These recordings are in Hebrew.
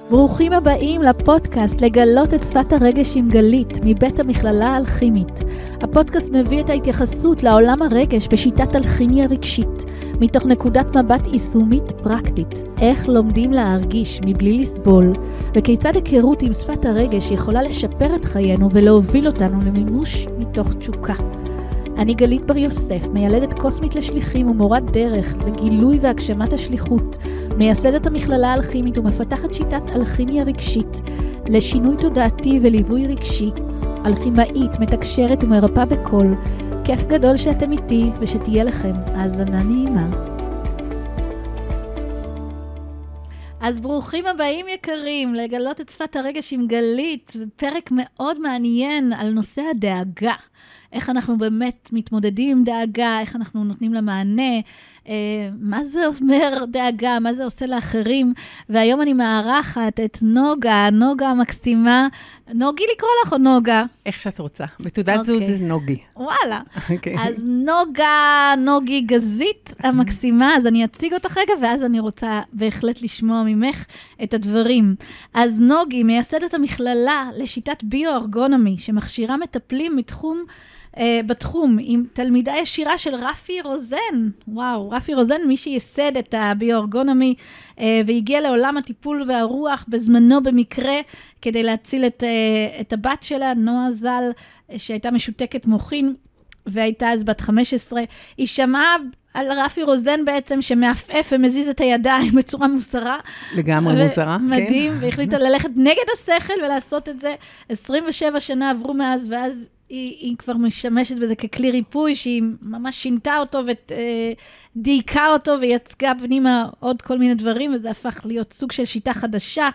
ברוכים הבאים לפודקאסט לגלות את שפת הרגש עם גלית מבית המכללה האלכימית. הפודקאסט מביא את ההתייחסות לעולם הרגש בשיטת אלכימיה רגשית, מתוך נקודת מבט יישומית פרקטית, איך לומדים להרגיש מבלי לסבול, וכיצד היכרות עם שפת הרגש יכולה לשפר את חיינו ולהוביל אותנו למימוש מתוך תשוקה. אני גלית בר יוסף, מיילדת קוסמית לשליחים ומורת דרך לגילוי והגשמת השליחות, מייסדת המכללה האלכימית ומפתחת שיטת אלכימיה רגשית לשינוי תודעתי וליווי רגשי, אלכימאית, מתקשרת ומרפאה בכל. כיף גדול שאתם איתי ושתהיה לכם האזנה נעימה. אז ברוכים הבאים יקרים לגלות את שפת הרגש עם גלית, פרק מאוד מעניין על נושא הדאגה. איך אנחנו באמת מתמודדים עם דאגה, איך אנחנו נותנים לה מענה, מה זה אומר דאגה, מה זה עושה לאחרים. והיום אני מארחת את נוגה, נוגה המקסימה. נוגי לקרוא לך או נוגה? איך שאת רוצה. בתעודת זהות זה נוגי. וואלה. אז נוגה, נוגי גזית המקסימה, אז אני אציג אותך רגע, ואז אני רוצה בהחלט לשמוע ממך את הדברים. אז נוגי מייסדת המכללה לשיטת ביו-ארגונומי, שמכשירה מטפלים בתחום עם תלמידה ישירה של רפי רוזן. וואו, רפי רוזן, מי שייסד את הביו-ארגונומי, והגיע לעולם הטיפול והרוח בזמנו במקרה, כדי להציל את הבת שלה, נועה זל, שהייתה משותקת מוחין, והייתה אז בת 15. היא שמעה על רפי רוזן בעצם, שמאפף ומזיז את הידיים בצורה מוסרה. לגמרי מוסרה, כן. מדהים, והחליטה ללכת נגד השכל ולעשות את זה. 27 שנה עברו מאז, ואז היא כבר משמשת בזה ככלי ריפוי, שהיא ממש שינתה אותו ודייקה אותו, ויצגה פנימה עוד כל מיני דברים, וזה הפך להיות סוג של שיטה חדשה.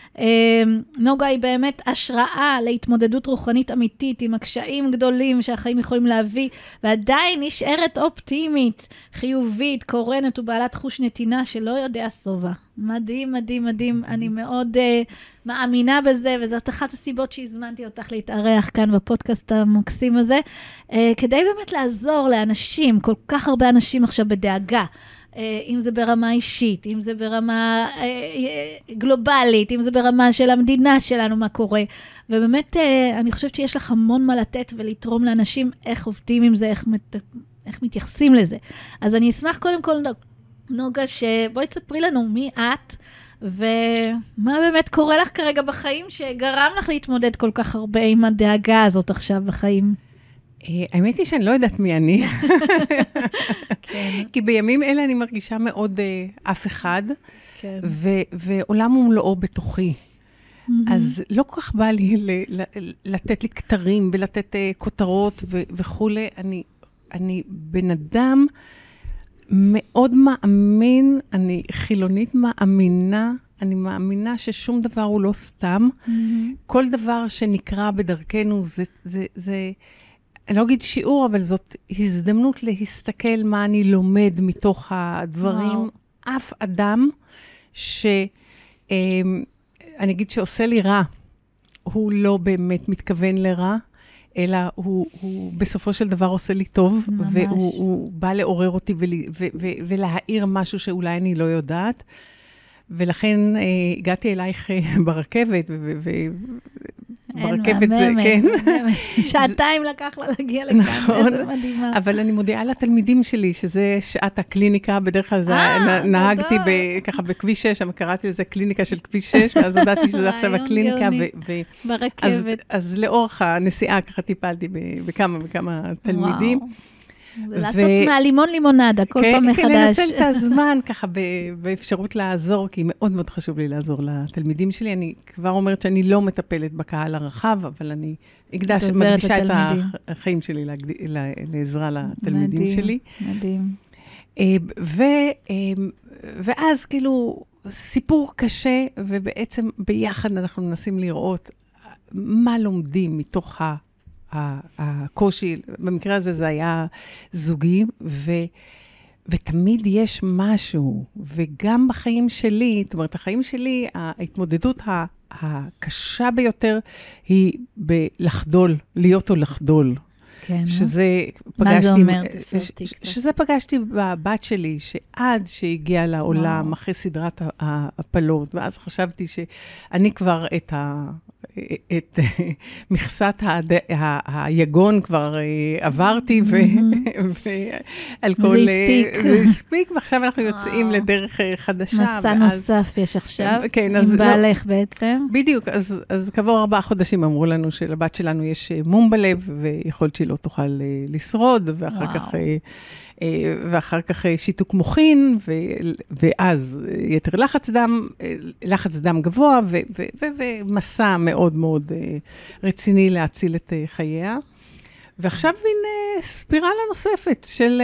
נוגה היא באמת השראה להתמודדות רוחנית אמיתית, עם הקשיים גדולים שהחיים יכולים להביא, ועדיין נשארת אופטימית, חיובית, קורנת ובעלת חוש נתינה שלא יודע סובה. מדהים, מדהים, מדהים. אני מאוד מאמינה בזה, וזאת אחת הסיבות שהזמנתי אותך להתארח כאן בפודקאסט המקסים הזה, כדי באמת לעזור לאנשים, כל כך הרבה אנשים עכשיו בדאגה, אם זה ברמה אישית, אם זה ברמה גלובלית, אם זה ברמה של המדינה שלנו, מה קורה. ובאמת, אני חושבת שיש לך המון מה לתת ולתרום לאנשים איך עובדים עם זה, איך מתייחסים לזה. אז אני אשמח קודם כל, נוגה, שבואי תספרי לנו מי את, ומה באמת קורה לך כרגע בחיים, שגרם לך להתמודד כל כך הרבה עם הדאגה הזאת עכשיו בחיים. האמת היא שאני לא יודעת מי אני. כי בימים אלה אני מרגישה מאוד אף אחד, ועולם ומלואו בתוכי. אז לא כל כך בא לי לתת לי כתרים ולתת כותרות וכו'. אני בן אדם מאוד מאמין, אני חילונית מאמינה, אני מאמינה ששום דבר הוא לא סתם. כל דבר שנקרא בדרכנו זה אני לא אגיד שיעור, אבל זאת הזדמנות להסתכל מה אני לומד מתוך הדברים. וואו. אף אדם אני אגיד שעושה לי רע, הוא לא באמת מתכוון לרע, אלא הוא בסופו של דבר עושה לי טוב, ממש. והוא בא לעורר אותי ולהאיר משהו שאולי אני לא יודעת. ולכן הגעתי אלייך ברכבת, ברכבת זה, כן. שעתיים לקח לה להגיע לכאן, איזה מדהימה. אבל אני מודיעה לתלמידים שלי, שזה שעת הקליניקה, בדרך כלל נהגתי ככה בכביש 6, אבל קראתי לזה קליניקה של כביש 6, ואז הודעתי שזה עכשיו הקליניקה. ברכבת. אז לאורך הנסיעה ככה טיפלתי בכמה וכמה תלמידים. ולעשות מהלימון לימונדה, כל פעם מחדש. כן, לנצל את הזמן ככה באפשרות לעזור, כי מאוד מאוד חשוב לי לעזור לתלמידים שלי. אני כבר אומרת שאני לא מטפלת בקהל הרחב, אבל אני מקדישה את החיים שלי לעזרה לתלמידים שלי. מדהים. ואז כאילו סיפור קשה, ובעצם ביחד אנחנו מנסים לראות מה לומדים מתוך הקושי, במקרה הזה זה היה זוגי, ותמיד יש משהו, וגם בחיים שלי, זאת אומרת, החיים שלי, ההתמודדות הקשה ביותר היא בלחדול, להיות או לחדול. שזה מה זה אומר? שזה פגשתי בבת שלי, שעד שהגיעה לעולם, אחרי סדרת הפלות, ואז חשבתי שאני כבר את מכסת היגון כבר עברתי, ועל כל... זה הספיק. זה הספיק, ועכשיו אנחנו יוצאים לדרך חדשה. מסע נוסף יש עכשיו, עם בעלך בעצם. בדיוק, אז כעבור 4 חודשים אמרו לנו שלבת שלנו יש מום בלב, ויכול להיות שהיא לא תוכל לשרוד, ואחר כך שיתוק מוחין, ואז יתר לחץ דם גבוה, ומסע מאוד מאוד רציני להציל את חייה. ועכשיו מין ספירלה נוספת של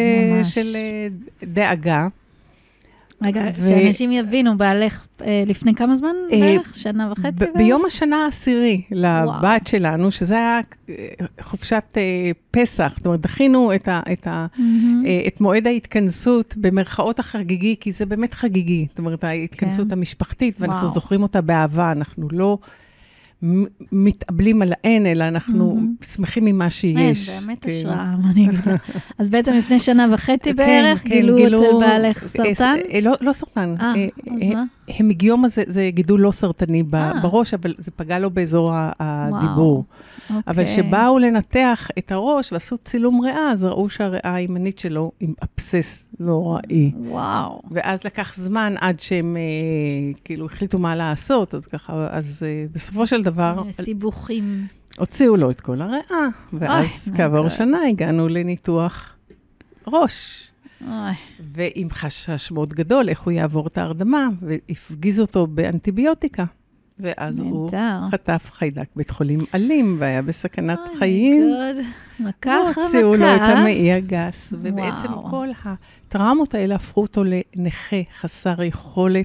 דאגה. רגע, שאנשים יבינו, בעלך לפני כמה זמן בערך? 1.5 שנה? ביום השנה העשירי לבת שלנו, שזה היה חופשת פסח, זאת אומרת, דחינו את מועד ההתכנסות במרכאות החגיגי, כי זה באמת חגיגי, זאת אומרת, ההתכנסות המשפחתית, ואנחנו זוכרים אותה באהבה, אנחנו לא מתאבלים על העין, אלא אנחנו שמחים ממה שיש. אין, באמת השראה, מה אני אגיד. אז בעצם לפני 1.5 שנה בערך, גילו אצל בעלך סרטן? לא סרטן. אז מה? המיגיומה זה גידול לא סרטני בראש, אבל זה פגע לו באזור הדיבור. אבל שבאו לנתח את הראש ועשו צילום ריאה, אז ראו שהריאה הימנית שלו עם אבסס נוראי. וואו. ואז לקח זמן עד שהם כאילו החליטו מה לעשות, אז ככה, אז בסופו של דבר... סיבוכים. הוציאו לו את כל הריאה, ואז כעבור שנה הגענו לניתוח ראש. ועם חשש מאוד גדול, איך הוא יעבור את ההרדמה, והפגיז אותו באנטיביוטיקה. ואז הוא חטף חיידק בית חולים אלים, והיה בסכנת חיים. מכה אחרי מכה. הוציאו לו את המעי הגס, ובעצם כל הטראומות האלה הפכו אותו לנכה חסר יכולת,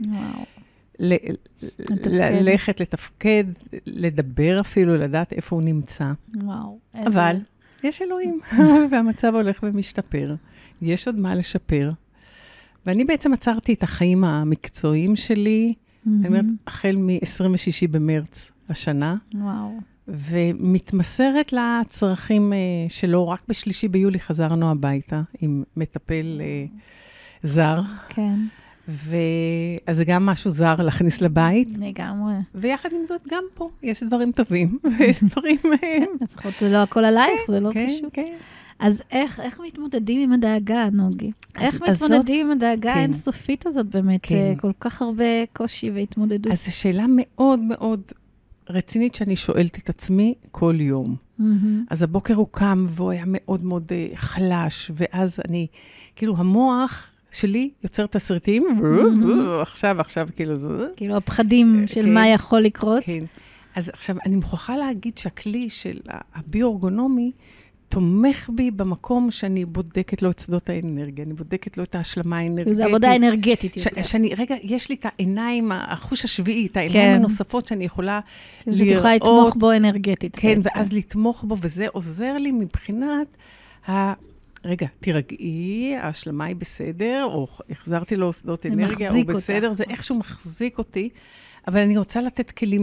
ללכת, לתפקד, לדבר אפילו, לדעת איפה הוא נמצא. אבל יש אלוהים, והמצב הולך ומשתפר. יש עוד מה לשפר. ואני בעצם עצרתי את החיים המקצועיים שלי, אני אומרת, החל מ-26 במרץ השנה. וואו. ומתמסרת לצרכים שלו, רק ב3 ביולי חזרנו הביתה עם מטפל זר. כן. אז זה גם משהו זר להכניס לבית. לגמרי. ויחד עם זאת, גם פה יש דברים טובים, ויש דברים... לפחות זה לא הכל עלייך, זה לא פשוט. כן. אז איך מתמודדים עם הדאגה, נוגי? איך מתמודדים עם הדאגה האינסופית הזאת באמת? כל כך הרבה קושי והתמודדות. אז זו שאלה מאוד מאוד רצינית שאני שואלת את עצמי כל יום. אז הבוקר הוא קם והוא היה מאוד מאוד חלש, ואז אני, כאילו המוח שלי יוצר תסריטים, עכשיו, כאילו זה... כאילו הפחדים של מה יכול לקרות. כן. אז עכשיו, אני מוכרחה להגיד שהכלי של הביו-ארגונומי, תומך בי במקום שאני בודקת לו את שדות האנרגיה, אני בודקת לו את ההשלמה האנרגטית. כאילו, זו עבודה אנרגטית יותר. רגע, יש לי את העיניים, החוש השביעי, את העיניים הנוספות שאני יכולה לראות. ואת יכולה לתמוך בו אנרגטית. כן, ואז לתמוך בו, וזה עוזר לי מבחינת רגע, תירגעי, ההשלמה היא בסדר, או החזרתי לו שדות אנרגיה, הוא בסדר, זה איכשהו מחזיק אותי. אבל אני רוצה לתת כלים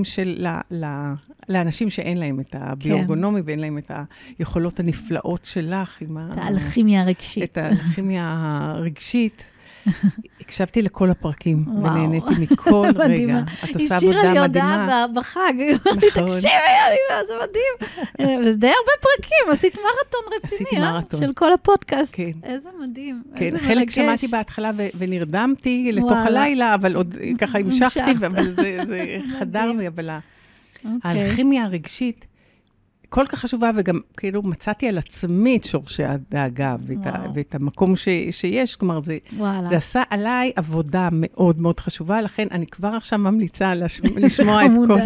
לאנשים שאין להם את הביו-ארגונומי, ואין להם את היכולות הנפלאות שלך. את האלכימיה הרגשית. את האלכימיה הרגשית. הקשבתי לכל הפרקים, ונהניתי מכל רגע. את עושה עבודה מדהימה. השאירה לי הודעה בחג. תקשיבי, זה מדהים. וזה די הרבה פרקים, עשית מרתון רציני, של כל הפודקאסט. איזה מדהים, איזה מרגש. חלק שמעתי בהתחלה ונרדמתי לתוך הלילה, אבל עוד ככה המשכתי, אבל זה חדר לי, אבל האלכימיה הרגשית, כל כך חשובה, וגם כאילו מצאתי על עצמי את שורשי הדאגה, ואת המקום שיש, כלומר, זה עשה עליי עבודה מאוד מאוד חשובה, לכן אני כבר עכשיו ממליצה לשמוע את כל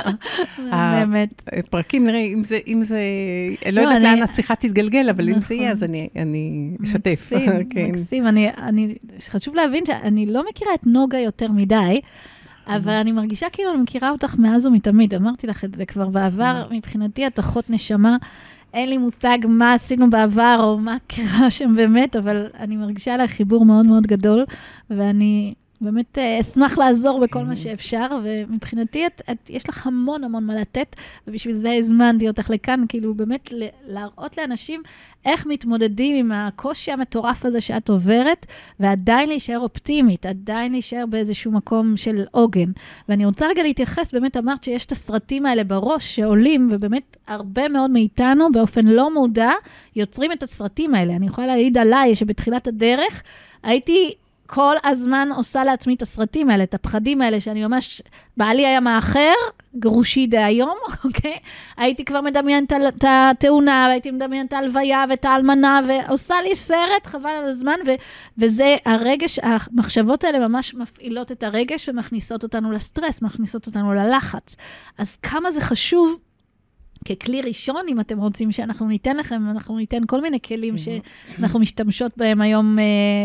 הפרקים, נראה, אם זה, לא יודעת לאן השיחה תתגלגל, אבל אם זה יהיה, אז אני אשתף. מקסים, חשוב להבין שאני לא מכירה את נוגה יותר מדי, אבל אני מרגישה כאילו אני מכירה אותך מאז ומתמיד. אמרתי לך את זה כבר בעבר, מבחינתי את אחות נשמה. אין לי מושג מה עשינו בעבר, או מה קרה שם באמת, אבל אני מרגישה עליי חיבור מאוד מאוד גדול, ואני באמת אשמח לעזור בכל מה שאפשר, ומבחינתי יש לך המון המון מה לתת, ובשביל זה הזמנתי אותך לכאן, כאילו באמת להראות לאנשים איך מתמודדים עם הקושי המטורף הזה שאת עוברת, ועדיין להישאר אופטימית, עדיין להישאר באיזשהו מקום של עוגן. ואני רוצה רגע להתייחס, באמת אמרת שיש את הסרטים האלה בראש שעולים, ובאמת הרבה מאוד מאיתנו באופן לא מודע, יוצרים את הסרטים האלה. אני יכולה להעיד עליי שבתחילת הדרך הייתי כל הזמן עושה לעצמי את הסרטים האלה, את הפחדים האלה, שאני ממש, בעלי היה מאחר, גרושי דה היום, אוקיי? הייתי כבר מדמיינת את התאונה, והייתי מדמיינת את ההלוויה ואת האלמנה, ועושה לי סרט, חבל על הזמן, וזה הרגש, המחשבות האלה ממש מפעילות את הרגש, ומכניסות אותנו לסטרס, מכניסות אותנו ללחץ. אז כמה זה חשוב, ככלי ראשון, אם אתם רוצים שאנחנו ניתן לכם, אנחנו ניתן כל מיני כלים שאנחנו משתמשות בהם היום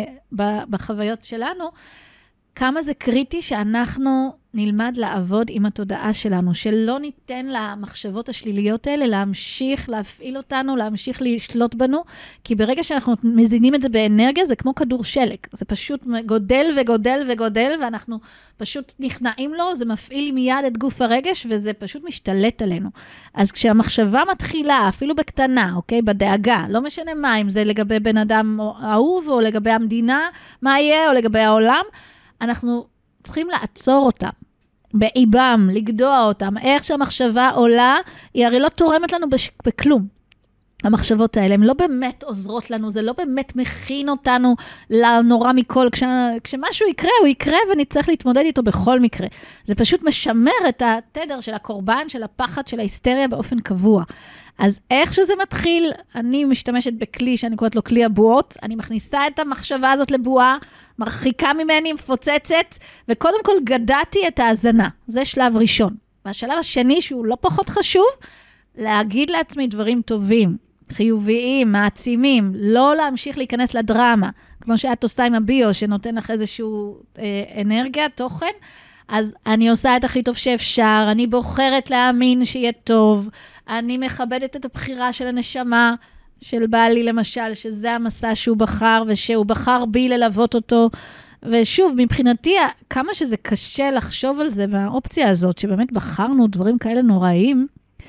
בחוויות שלנו, כמה זה קריטי שאנחנו נלמד לעבוד עם התודעה שלנו, שלא ניתן למחשבות השליליות האלה להמשיך להפעיל אותנו, להמשיך לשלוט בנו, כי ברגע שאנחנו מזינים את זה באנרגיה, זה כמו כדור שלג, זה פשוט גודל וגודל וגודל, ואנחנו פשוט נכנעים לו, זה מפעיל מיד את גוף הרגש, וזה פשוט משתלט עלינו. אז כשהמחשבה מתחילה, אפילו בקטנה, אוקיי, בדאגה, לא משנה מה, אם זה לגבי בן אדם אהוב, או לגבי המדינה, מה יהיה, או לגבי העולם, אנחנו צריכים לעצור אותם, באיבם, לגדוע אותם. איך שהמחשבה עולה, היא הרי לא תורמת לנו בכלום. המחשבות האלה, הן לא באמת עוזרות לנו, זה לא באמת מכין אותנו לנורא מכל. כשמשהו יקרה, הוא יקרה ונצטרך להתמודד איתו בכל מקרה. זה פשוט משמר את התדר של הקורבן, של הפחד, של ההיסטריה באופן קבוע. אז איך שזה מתחיל, אני משתמשת בכלי שאני קוראת לו כלי הבועות, אני מכניסה את המחשבה הזאת לבועה, מרחיקה ממני, מפוצצת, וקודם כל גדעתי את ההזנה. זה שלב ראשון. והשלב השני, שהוא לא פחות חשוב, להגיד לעצמי דברים טובים, חיוביים, מעצימים, לא להמשיך להיכנס לדרמה, כמו שאת עושה עם הביו, שנותן לך איזשהו אנרגיה, תוכן, אז אני עושה את הכי טוב שאפשר, אני בוחרת להאמין שיהיה טוב, אני מכבדת את הבחירה של הנשמה, של בעלי למשל, שזה המסע שהוא בחר, ושהוא בחר בי ללוות אותו, ושוב, מבחינתי, כמה שזה קשה לחשוב על זה, והאופציה הזאת, שבאמת בחרנו דברים כאלה נוראים,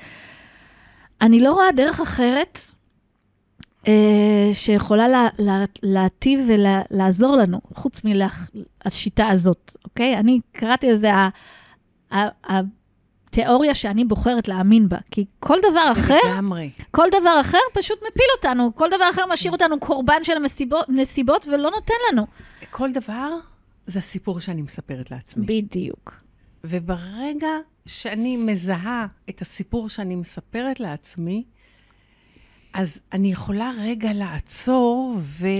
אני לא רואה דרך אחרת, שיכולה להטיב ולעזור לנו, חוץ מהשיטה הזאת, אוקיי? אני קראתי לזה התיאוריה שאני בוחרת להאמין בה, כי כל דבר אחר, כל דבר אחר פשוט מפיל אותנו, כל דבר אחר משאיר אותנו קורבן של הנסיבות ולא נותן לנו. כל דבר זה הסיפור שאני מספרת לעצמי. בדיוק. וברגע שאני מזהה את הסיפור שאני מספרת לעצמי, אז אני יכולה רגע לעצור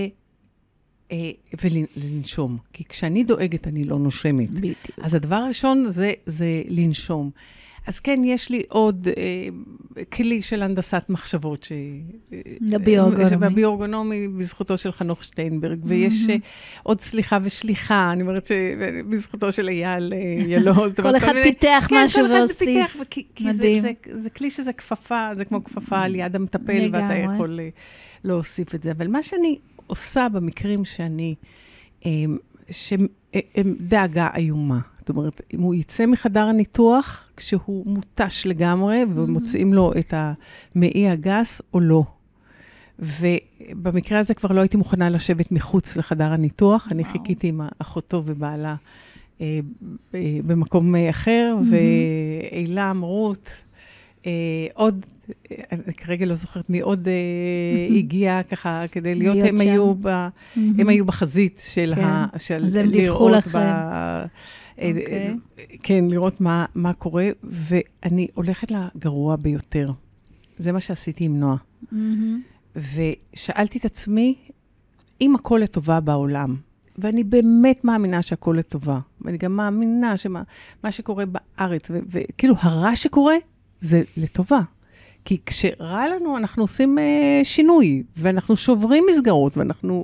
ולנשום. כי כשאני דואגת, אני לא נושמת. בדיוק. אז הדבר הראשון זה לנשום. אז כן, יש לי עוד כלי של הנדסת מחשבות בביו-ארגונומי בזכותו של חנוך שטיינברג, ויש עוד סליחה ושליחה, אני אומרת שבזכותו של אייל ילוז. כל אחד פיתח משהו והוסיף. מדהים. זה כלי שזה כפפה, זה כמו כפפה על יד המטפל, ואתה יכול להוסיף את זה. אבל מה שאני עושה במקרים שהם דאגה איומה, זאת אומרת, אם הוא יצא מחדר הניתוח, כשהוא מוטש לגמרי, ומוצאים לו את המעי הגס או לא. ובמקרה הזה כבר לא הייתי מוכנה לשבת מחוץ לחדר הניתוח, אני חיכיתי עם אחותו ובעלה במקום אחר, ואילם, רות, עוד, אני כרגע לא זוכרת מי עוד הגיע ככה, כדי להיות, הם היו בחזית של אז הם דיווחו לכם. כן, לראות מה קורה, ואני הולכת לגרוע ביותר. זה מה שעשיתי עם נועה. ושאלתי את עצמי, אם הכל לטובה בעולם, ואני באמת מאמינה שהכל לטובה, ואני גם מאמינה שמה שקורה בארץ, וכאילו הרע שקורה, זה לטובה. כי כשרע לנו, אנחנו עושים שינוי, ואנחנו שוברים מסגרות, ואנחנו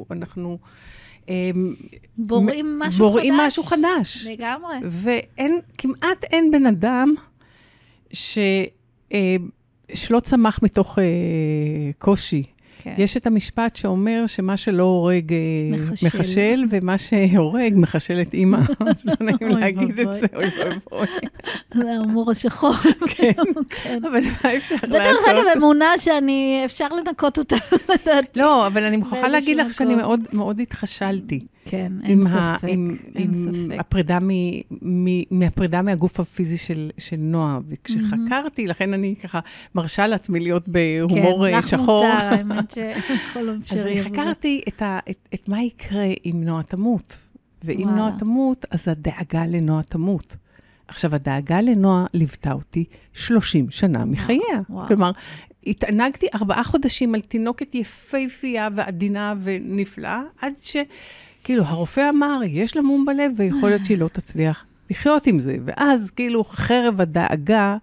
בוראים משהו חדש. לגמרי. וכמעט אין בן אדם שלא צמח מתוך קושי. יש את המשפט שאומר שמה שלא הורג מחשל, ומה שהורג מחשל את אימא. אז לא נעים להגיד את זה, אוי אוי. זה ההומור השחור. כן, אבל מה אפשר לעשות? זה דרך אגב אמונה שאני, אפשר לנקות אותה. לא, אבל אני מוכרחה להגיד לך שאני מאוד מאוד התחשלתי. כן, אין ספק. עם הפרידה מהפרידה מהגוף הפיזי של נועה, וכשחקרתי, לכן אני ככה מרשה לעצמי להיות בהומור שחור. כן, לך מותר, האמת שכל אפשרי. אז אני חקרתי את מה יקרה אם נועה תמות, ואם נועה תמות, אז הדאגה לנועה תמות. עכשיו, הדאגה לנועה ליוותה אותי 30 שנה מחייה. כלומר, התענגתי 4 חודשים על תינוקת יפהפייה ועדינה ונפלאה, עד כאילו, הרופא אמר, יש לה מום בלב, ויכול להיות שהיא לא תצליח לחיות עם זה. ואז, כאילו, חרב הדאגה,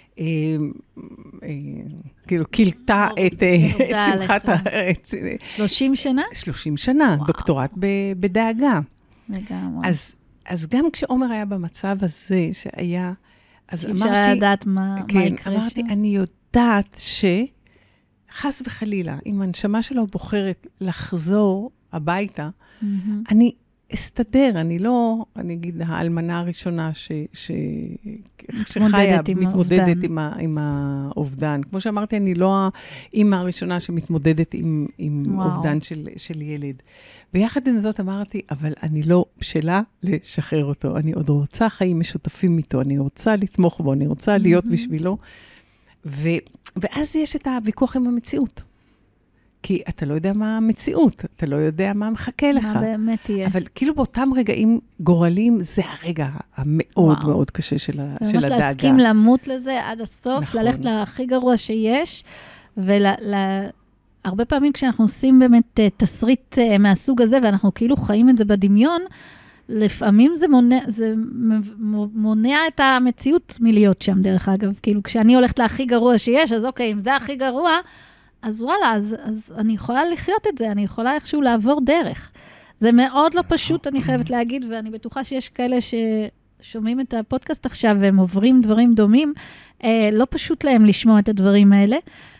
כאילו, קילתה את שמחת הארץ. 30 שנה? 30 שנה, דוקטורט בדאגה. לגמרי. אז גם כשעומר היה במצב הזה, שהיה, אז אמרתי... אפשר לדעת מה יקרה שם? אמרתי, אני יודעת שחס וחלילה, אם הנשמה שלו בוחרת לחזור הביתה, אני אסתדר, אני לא, אני אגיד, האלמנה הראשונה שחיה, מתמודדת עם האובדן. כמו שאמרתי, אני לא האמא הראשונה שמתמודדת עם אובדן של ילד. ויחד עם זאת אמרתי, אבל אני לא בשלה לשחרר אותו. אני עוד רוצה חיים משותפים איתו, אני רוצה לתמוך בו, אני רוצה להיות בשבילו. ואז יש את הוויכוח עם המציאות. כי אתה לא יודע מה המציאות, אתה לא יודע מה מחכה לך. מה באמת יהיה. אבל כאילו באותם רגעים גורליים, זה הרגע המאוד מאוד קשה של הדאגה. ממש להסכים למות לזה עד הסוף, ללכת להכי גרוע שיש, הרבה פעמים כשאנחנו עושים באמת תסריט מהסוג הזה, ואנחנו כאילו חיים את זה בדמיון, לפעמים זה מונע את המציאות מלהיות שם, דרך אגב. כאילו כשאני הולכת להכי גרוע שיש, אז אוקיי, אם זה הכי גרוע, אז וואלה, אז אני יכולה לחיות את זה, אני יכולה איכשהו לעבור דרך. זה מאוד לא פשוט, אני חייבת להגיד, ואני בטוחה שיש כאלה ששומעים את הפודקאסט עכשיו, והם עוברים דברים דומים, לא פשוט להם לשמוע את הדברים האלה,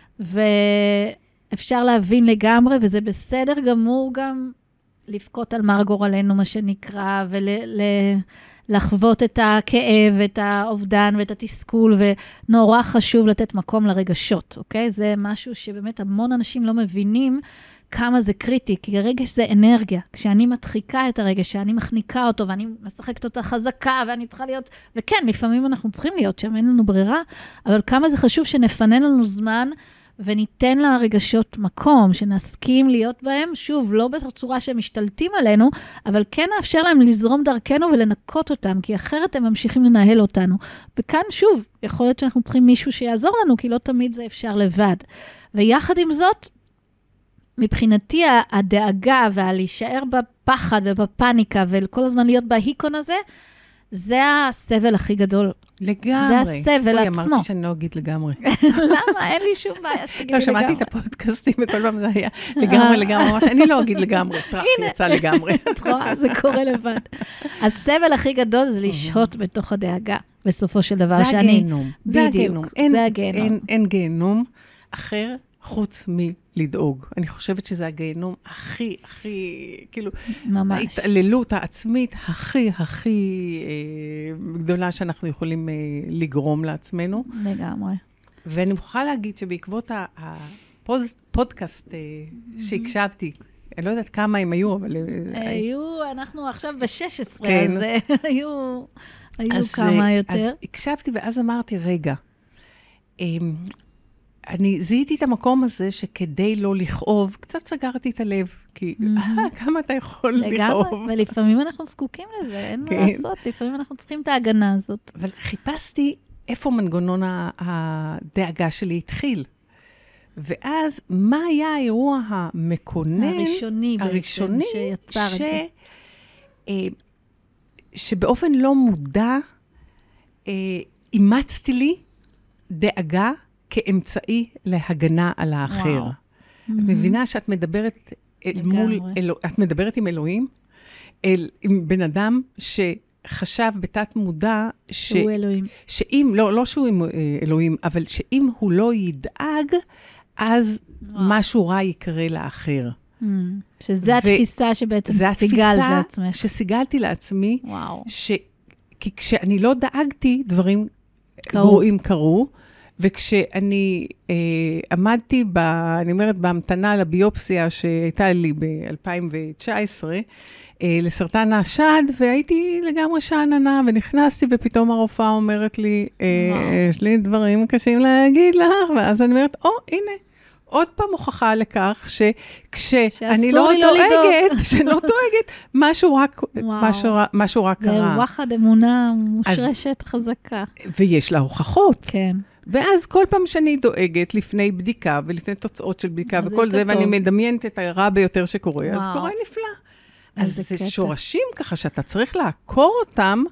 ואפשר להבין לגמרי, וזה בסדר גמור גם לפקות על מר גורלנו, מה שנקרא, לחוות את הכאב, את האובדן ואת התסכול, ונורא חשוב לתת מקום לרגשות, אוקיי? זה משהו שבאמת המון אנשים לא מבינים כמה זה קריטי, כי הרגש זה אנרגיה. כשאני מדחיקה את הרגש, כשאני מחניקה אותו, ואני משחקת אותה חזקה, ואני צריכה להיות, וכן, לפעמים אנחנו צריכים להיות שם, אין לנו ברירה, אבל כמה זה חשוב שנפנן לנו זמן, וניתן לרגשות מקום, שנסכים להיות בהם, שוב, לא בצורה שהם משתלטים עלינו, אבל כן נאפשר להם לזרום דרכנו ולנקות אותם, כי אחרת הם ממשיכים לנהל אותנו. וכאן, שוב, יכול להיות שאנחנו צריכים מישהו שיעזור לנו, כי לא תמיד זה אפשר לבד. ויחד עם זאת, מבחינתי הדאגה והלהישאר בפחד ובפניקה, וכל הזמן להיות בהיקון הזה, זה הסבל הכי גדול. לגמרי. זה הסבל עצמו. אמרתי שאני לא אגיד לגמרי. למה? אין לי שום בעיה שתגידי לגמרי. לא, שמעתי את הפודקאסטים וכל פעם זה היה לגמרי. אמרתי, אני לא אגיד לגמרי, טרח, יצא לגמרי. את רואה, זה קורה לבד. הסבל הכי גדול זה לשהות בתוך הדאגה, בסופו של דבר שאני... זה הגיהנום. בדיוק, זה הגיהנום. אין גיהנום אחר חוץ מלדאוג. אני חושבת שזה הגיהנום הכי, כאילו, ההתעללות העצמית הכי גדולה שאנחנו יכולים לגרום לעצמנו. לגמרי. ואני מוכרחה להגיד שבעקבות הפודקאסט שהקשבתי, אני לא יודעת כמה הם היו, אבל... אנחנו עכשיו ב-16, אז היו כמה יותר. אז הקשבתי ואז אמרתי, רגע, אני זיהיתי את המקום הזה שכדי לא לכאוב, קצת סגרתי את הלב, כי כמה אתה יכול לכאוב. לגמרי, ולפעמים אנחנו זקוקים לזה, אין מה לעשות, לפעמים אנחנו צריכים את ההגנה הזאת. אבל חיפשתי איפה מנגנון הדאגה שלי התחיל. ואז מה היה האירוע המקונן? הראשוני בעצם, שיצר את זה. שבאופן לא מודע, אימצתי לי דאגה, כאמצעי להגנה על האחר. את מבינה שאת מדברת את מדברת עם אלוהים, עם בן אדם שחשב בתת מודע, שהוא אלוהים. שאם, לא שהוא אלוהים, אבל שאם הוא לא ידאג, אז משהו רע יקרה לאחר. שזה התפיסה שבעצם סיגל זה עצמך. שסיגלתי לעצמי, כי כשאני לא דאגתי, דברים גרועים קרו, וכשאני עמדתי, אני אומרת, בהמתנה לביופסיה שהייתה לי ב-2019, לסרטן השד, והייתי לגמרי שעננה, ונכנסתי, ופתאום הרופאה אומרת לי, יש לי דברים קשים להגיד לך, ואז אני אומרת, הנה, עוד פעם הוכחה לכך, שכשאני לא דואגת, משהו רק קרה. זה וואחד אמונה מושרשת חזקה. ויש לה הוכחות. כן. ואז כל פעם שאני דואגת לפני בדיקה, ולפני תוצאות של בדיקה, וכל זה, ואני מדמיינת את הרע ביותר שקורה, אז קורה נפלא. אז זה שורשים ככה שאתה צריך לעקור אותם,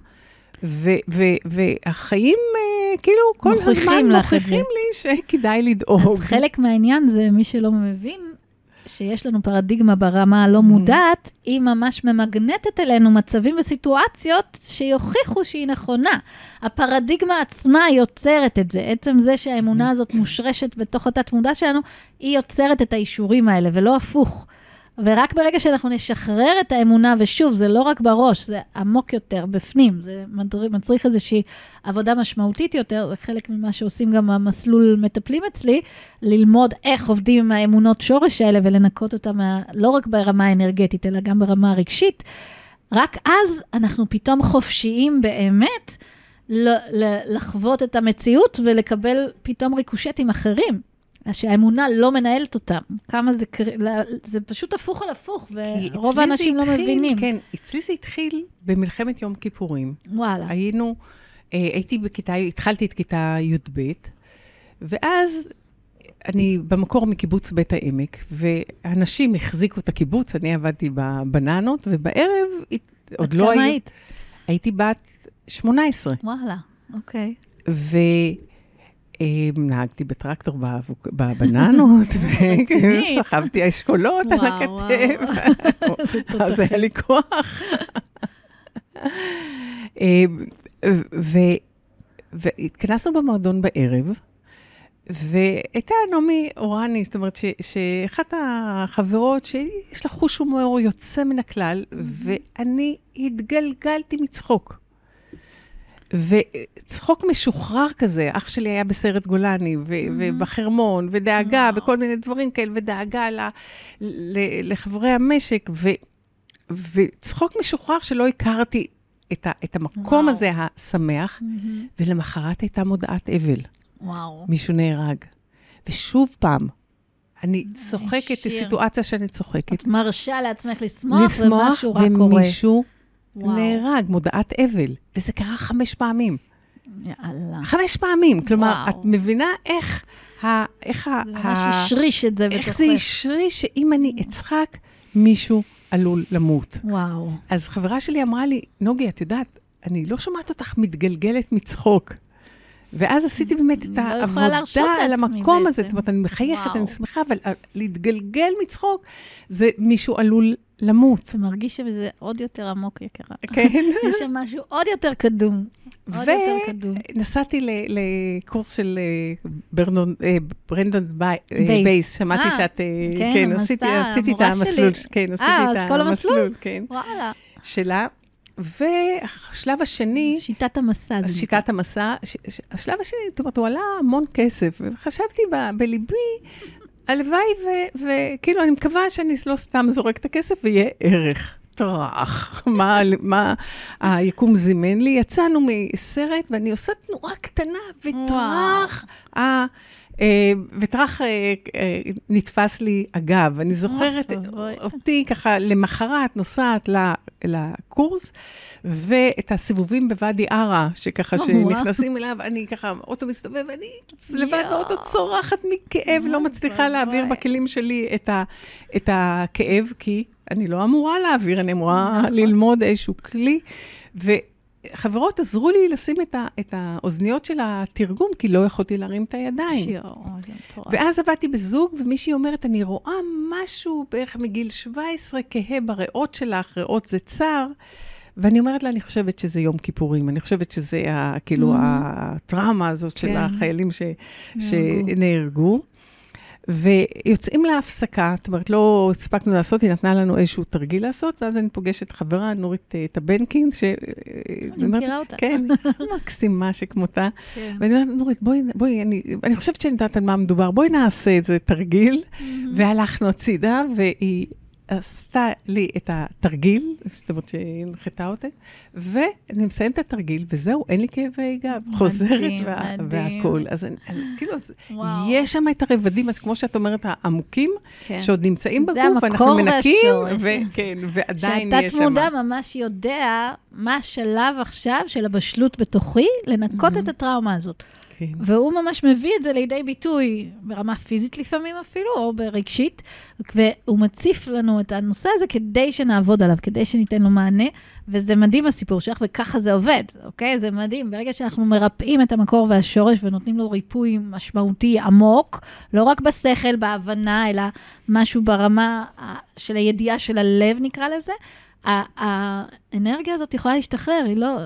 והחיים כאילו כל הזמן מוכיחים לי שכדאי לדאוג. אז חלק מהעניין זה מי שלא מבין, שיש לנו פרדיגמה ברמה הלא מודעת, היא ממש ממגנטת אלינו מצבים וסיטואציות שיוכיחו שהיא נכונה. הפרדיגמה עצמה יוצרת את זה. עצם זה שהאמונה הזאת מושרשת בתוך התת מודע שלנו, היא יוצרת את האישורים האלה, ולא הפוך. ורק ברגע שאנחנו נשחרר את האמונה, ושוב, זה לא רק בראש, זה עמוק יותר, בפנים, זה מצריך איזושהי עבודה משמעותית יותר, זה חלק ממה שעושים גם המסלול מטפלים אצלי, ללמוד איך עובדים עם האמונות שורש האלה, ולנקות אותם לא רק ברמה האנרגטית, אלא גם ברמה הרגשית, רק אז אנחנו פתאום חופשיים באמת, לחוות את המציאות, ולקבל פתאום ריקושטים אחרים. שהאמונה לא מנהלת אותם. כמה זה פשוט הפוך על הפוך, ורוב האנשים לא מבינים. כן, אצלי זה התחיל במלחמת יום כיפורים. וואלה. התחלתי את כיתה י"ב, ואז אני במקור מקיבוץ בית העמק, ואנשים החזיקו את הקיבוץ, אני עבדתי בבננות, ובערב עוד לא כמה היית? הייתי בת 18. וואלה, אוקיי. נהגתי בטרקטור בבננות, וסחבתי האשכולות על הכתף. אז היה לי כוח. והתכנסנו במועדון בערב, והייתה נעמי אורני, זאת אומרת שאחת החברות שיש לה חוש הומור יוצא מן הכלל, ואני התגלגלתי מצחוק. וצחוק משוחרר כזה, אח שלי היה בסרט גולני, ובחרמון, ודאגה, וכל מיני דברים כאלה, ודאגה לחברי המשק, וצחוק משוחרר שלא הכרתי את המקום הזה השמח, ולמחרת הייתה מודעת אבל. וואו. מישהו נהרג. ושוב פעם, אני צוחקת, סיטואציה שאני צוחקת. את מרשה לעצמך לשמוח, ומשהו רק קורה. ומישהו נהרג, מודעת אבל, וזה קרה 5 פעמים. יאללה. 5 פעמים, כלומר, את מבינה איך זה ממש השריש את זה בתוכך. איך זה השריש שאם אני אצחק, מישהו עלול למות. וואו. אז חברה שלי אמרה לי, נוגי, את יודעת, אני לא שומעת אותך מתגלגלת מצחוק. ואז עשיתי באמת את העבודה על המקום הזה. זאת אומרת, אני מחייכת, אני שמחה, אבל להתגלגל מצחוק, זה מישהו עלול למות. אתה מרגיש שזה עוד יותר עמוק יקרה. כן. יש שם משהו עוד יותר קדום. ונסעתי לקורס של ברנדון בייס. שמעתי שאת, כן, עשיתי את המסלול. כן, עשיתי את המסלול. וואלה. שלה. והשלב השני... שיטת המסע. שיטת המסע. השלב השני, זאת אומרת, הוא עלה המון כסף. וחשבתי בליבי, הלוואי, וכאילו, אני מקווה שאני לא סתם זורק את הכסף, ויהיה ערך. טרח. מה היקום זימן לי? יצאנו מסרט, ואני עושה תנועה קטנה, וטרח נתפס לי אגב. אני זוכרת אותי ככה למחרת נוסעת לקורס, ואת הסיבובים בוואדי ערה, שככה שנכנסים אליו, אני ככה, אוטו מסתובב, ואני לבד באוטו צורחת מכאב, לא מצליחה להעביר בכלים שלי את הכאב, כי אני לא אמורה להעביר, אני אמורה ללמוד איזשהו כלי, חברות עזרו לי לשים את האוזניות של התרגום, כי לא יכולתי להרים את הידיים. ואז עבדתי בזוג, ומישהי אומרת, אני רואה משהו בערך מגיל 17, כהה בריאות שלך, ריאות זה צער, ואני אומרת לה, אני חושבת שזה יום כיפורים, אני חושבת שזה כאילו הטראומה הזאת של החיילים שנהרגו, ויוצאים להפסקה, זאת אומרת, לא הספקנו לעשות, היא נתנה לנו איזשהו תרגיל לעשות, ואז אני פוגשת חברה, נורית טבנקין, אני מכירה אותה. כן, מקסימה שכמותה. ואני אומרת, נורית, בואי, אני חושבת שאני יודעת על מה מדובר, בואי נעשה את זה תרגיל, והלכנו הצידה, והיא עשתה לי את התרגיל, זאת אומרת שהיא הנחתה אותי, ואני מסיים את התרגיל, וזהו, אין לי כאבי גב, חוזרת והכל. אז כאילו, יש שם את הרבדים, אז כמו שאת אומרת, העמוקים, שעוד נמצאים בגוף, ואנחנו מנקים, ועדיין יש שם. שהתת מודע ממש יודע מה השלב עכשיו של הבשלות בתוכי, לנקות את הטראומה הזאת. והוא ממש מביא את זה לידי ביטוי, ברמה פיזית לפעמים אפילו, או ברגשית, והוא מציף לנו את הנושא הזה כדי שנעבוד עליו, כדי שניתן לו מענה, וזה מדהים הסיפור שלך, וככה זה עובד, אוקיי? זה מדהים. ברגע שאנחנו מרפאים את המקור והשורש, ונותנים לו ריפוי משמעותי עמוק, לא רק בשכל, בהבנה, אלא משהו ברמה של הידיעה של הלב, נקרא לזה, האנרגיה הזאת יכולה להשתחרר, היא לא...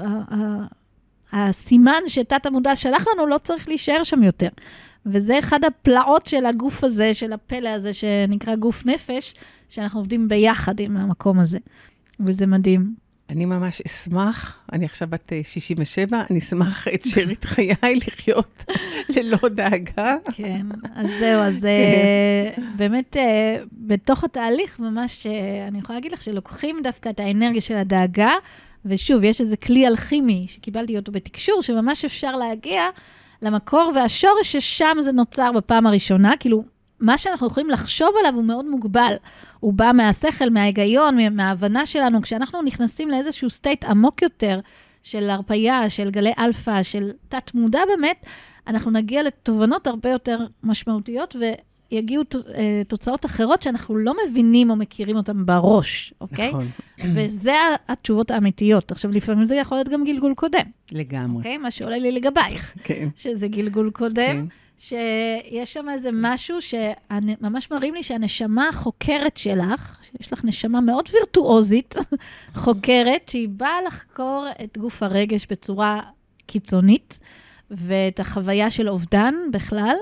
הסימן שתת המודע שלח לנו לא צריך להישאר שם יותר. וזה אחד הפלאות של הגוף הזה, של הפלא הזה שנקרא גוף נפש, שאנחנו עובדים ביחד עם המקום הזה. וזה מדהים. אני ממש אשמח, אני עכשיו בת 67, אני אשמח את שארית חיי לחיות ללא דאגה. כן, אז זהו, אז באמת בתוך התהליך ממש, אני יכולה להגיד לך שלוקחים דווקא את האנרגיה של הדאגה, ושוב, יש איזה כלי אלכימי שקיבלתי אותו בתקשור, שממש אפשר להגיע למקור והשורש ששם זה נוצר בפעם הראשונה, כאילו, מה שאנחנו יכולים לחשוב עליו הוא מאוד מוגבל. הוא בא מהשכל, מההיגיון, מההבנה שלנו, כשאנחנו נכנסים לאיזשהו סטייט עמוק יותר, של הרפאיה, של גלי אלפא, של תת מודע באמת, אנחנו נגיע לתובנות הרבה יותר משמעותיות, יגיעו תוצאות אחרות שאנחנו לא מבינים או מכירים אותן בראש, אוקיי? נכון. וזה התשובות האמיתיות. עכשיו, לפעמים זה יכול להיות גם גלגול קודם. לגמרי. אוקיי? מה שעולה לי לגבייך. כן. שזה גלגול קודם, שיש שם איזה משהו שממש מראים לי שהנשמה החוקרת שלך, שיש לך נשמה מאוד וירטואוזית, חוקרת, שהיא באה לחקור את גוף הרגש בצורה קיצונית, ואת החוויה של אובדן בכלל,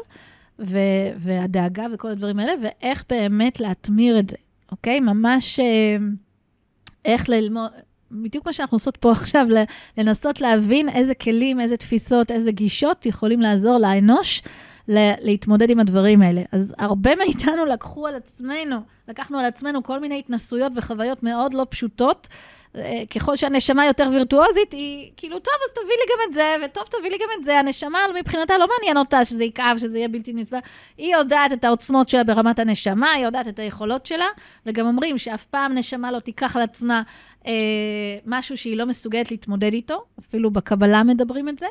והדאגה וכל הדברים האלה, ואיך באמת להתמיר את זה, אוקיי? ממש איך ללמוד, בדיוק מה שאנחנו עושות פה עכשיו, לנסות להבין איזה כלים, איזה תפיסות, איזה גישות יכולים לעזור לאנוש להתמודד עם הדברים האלה. אז הרבה מאיתנו לקחנו על עצמנו כל מיני התנסויות וחוויות מאוד לא פשוטות, ככל שהנשמה יותר וירטואוזית, היא כאילו, טוב, אז תביא לי גם את זה, וטוב, תביא לי גם את זה. הנשמה מבחינתה לא מעניין אותה שזה יקעב, שזה יהיה בלתי נסבל. היא יודעת את העוצמות שלה ברמת הנשמה, היא יודעת את היכולות שלה, וגם אומרים שאף פעם נשמה לא תיקח על עצמה משהו שהיא לא מסוגלת להתמודד איתו, אפילו בקבלה מדברים את זה,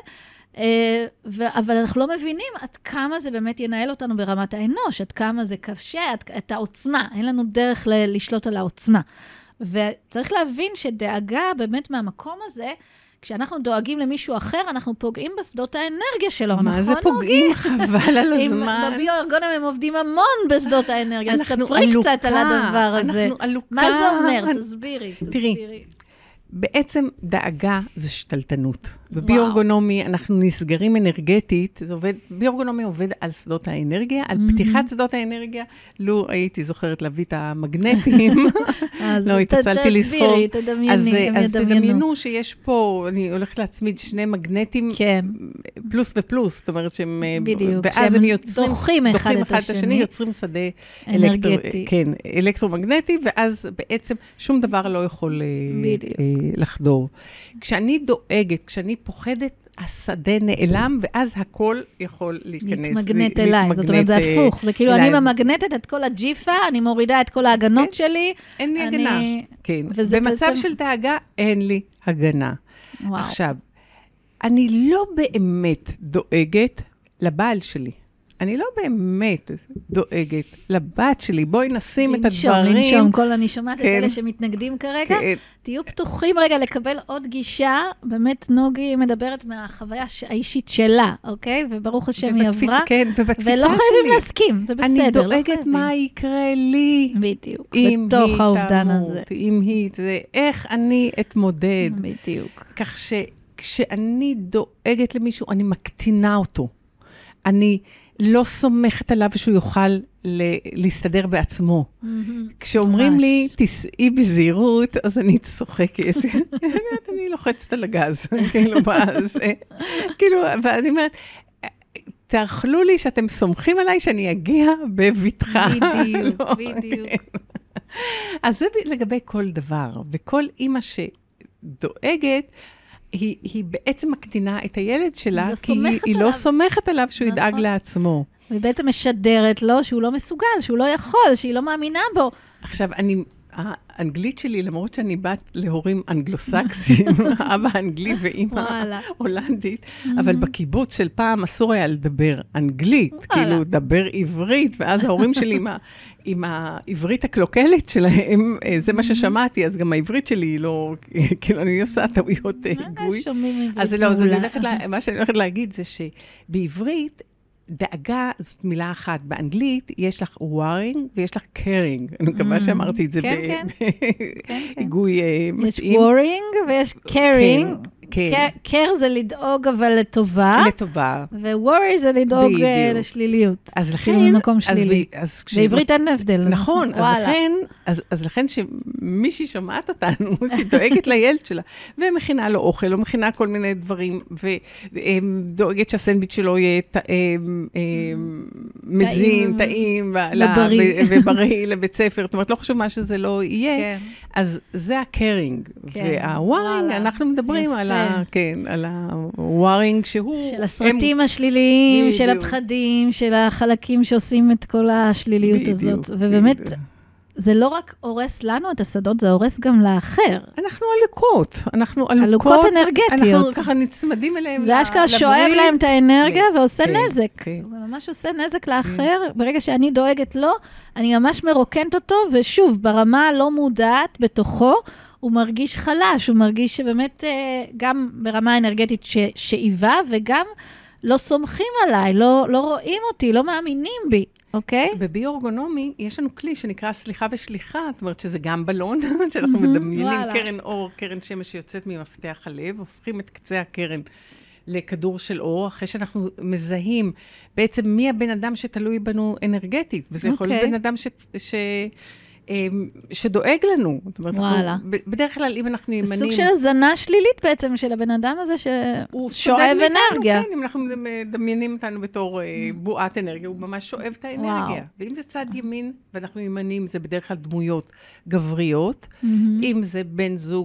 אבל אנחנו לא מבינים עד כמה זה באמת ינהל אותנו ברמת האנוש, עד כמה זה קשה, את העוצמה, אין לנו דרך לשלוט על העוצמה. וצריך להבין שדאגה באמת מהמקום הזה, כשאנחנו דואגים למישהו אחר, אנחנו פוגעים בשדות האנרגיה שלו, נכון? מה זה פוגעים? חבל על הזמן. בביו-ארגונום הם עובדים המון בשדות האנרגיה, אז תפרי קצת על הדבר הזה. אנחנו עלוקה. מה זה אומר? תסבירי. תראי, בעצם דאגה זה שתלטנות. בביו-ארגונומי אנחנו נסגרים אנרגטית, ביו-ארגונומי עובד על שדות האנרגיה, על פתיחת שדות האנרגיה, לו הייתי זוכרת להביא את המגנטים, לא התעצלתי לסחור. תסבירי, תדמייני, אז תדמיינו שיש פה, אני הולכת להצמיד שני מגנטים, פלוס ופלוס, זאת אומרת שהם, ואז הם יוצרים, דוחים אחד את השני, יוצרים שדה אלקטרומגנטי, ואז בעצם שום דבר לא יכול לחדור. כשאני דואגת, כשאני פוחדת, השדה נעלם, ואז הכל יכול להיכנס. להתמגנט אליי, זאת אומרת, זה הפוך. זה כאילו, אני ממגנטת את כל הג'יפה, אני מורידה את כל ההגנות שלי. אין לי הגנה. כן. במצב של דאגה, אין לי הגנה. עכשיו, אני לא באמת דואגת לבעל שלי. אני לא באמת דואגת לבת שלי, בואי נשים את הדברים. לנשום, אני שומעת את אלה שמתנגדים כרגע. תהיו פתוחים רגע לקבל עוד גישה, באמת נוגי מדברת מהחוויה האישית שלה, אוקיי? וברוך השם היא עברה. ולא חייבים להסכים, זה בסדר. אני דואגת מה יקרה לי. בדיוק, בתוך האובדן הזה. אם היא, איך אני אתמודד. בדיוק. כך שכשאני דואגת למישהו, אני מקטינה אותו. אני לא סומכת עליו שהוא יוכל להסתדר בעצמו. כשאומרים לי, תסעי בזהירות, אז אני צוחקת. אני לוחצת על הגז. כאילו, ואני אומרת, תאכלו לי שאתם סומכים עליי שאני אגיע בבטחה. בדיוק, בדיוק. אז זה לגבי כל דבר, וכל אימא שדואגת, היא בעצם מקטינה את הילד שלה, כי היא לא סומכת עליו שהוא ידאג לעצמו. והיא בעצם משדרת לו שהוא לא מסוגל, שהוא לא יכול, שהיא לא מאמינה בו. עכשיו, האנגלית שלי, למרות שאני בת להורים אנגלוסקסים, אבא אנגלי ואמא הולנדית, אבל בקיבוץ של פעם אסור היה לדבר אנגלית, כאילו לדבר עברית, ואז ההורים שלי עם העברית הקלוקלת שלהם, זה מה ששמעתי, אז גם העברית שלי לא, כאילו אני עושה טעויות היגוי. אז לא, מה שאני הולכת להגיד זה שבעברית, דאגה זאת מילה אחת. באנגלית יש לך worrying ויש לך caring. אני מקווה שאמרתי את זה בהיגוי מתאים. יש worrying ויש caring. care זה לדאוג אבל לטובה. לטובה. ו-worry זה לדאוג לשליליות. אז לכן... במקום שלילי. בעברית אין הבדל. נכון. אז לכן שמישהי שומעת אותנו, שהיא דואגת לילד שלה, ומכינה לו אוכל, או מכינה כל מיני דברים, ודואגת שהסנדוויץ' שלו יהיה מזין, טעים, ובריא לבית ספר. זאת אומרת, לא חשוב מה שזה לא יהיה. אז זה הקרינג. והווארינג, אנחנו מדברים על הווארינג שהוא... של הסרטים השליליים, של הפחדים, של החלקים שעושים את כל השליליות הזאת. ובאמת, זה לא רק הורס לנו את השדות, זה הורס גם לאחר. אנחנו אלוקות. אלוקות אנרגטיות. אנחנו ככה נצמדים אליהם. זה אשכרה שואב להם את האנרגיה ועושה נזק. זה ממש עושה נזק לאחר. ברגע שאני דואגת לו, אני ממש מרוקנת אותו, ושוב, ברמה הלא מודעת בתוכו, הוא מרגיש חלש, הוא מרגיש שבאמת גם ברמה האנרגטית שאיבה, וגם לא סומכים עליי, לא רואים אותי, לא מאמינים בי, אוקיי? בביו-ארגונומי יש לנו כלי שנקרא סליחה ושליחה, זאת אומרת שזה גם בלון, שאנחנו מדמיינים קרן אור, קרן שמש שיוצאת ממפתח הלב, הופכים את קצה הקרן לכדור של אור, אחרי שאנחנו מזהים בעצם מי הבן אדם שתלוי בנו אנרגטית, וזה יכול להיות בן אדם שדואג לנו. וואלה. בדרך כלל, אם אנחנו ימנים... סוג של הזנה שלילית בעצם של הבן אדם הזה ששואב אנרגיה. כן, אם אנחנו מדמיינים אותנו בתור בועת אנרגיה, הוא ממש שואב את האנרגיה. ואם זה צד ימין, ואנחנו ימנים, זה בדרך כלל דמויות גבריות. אם זה בן זוג,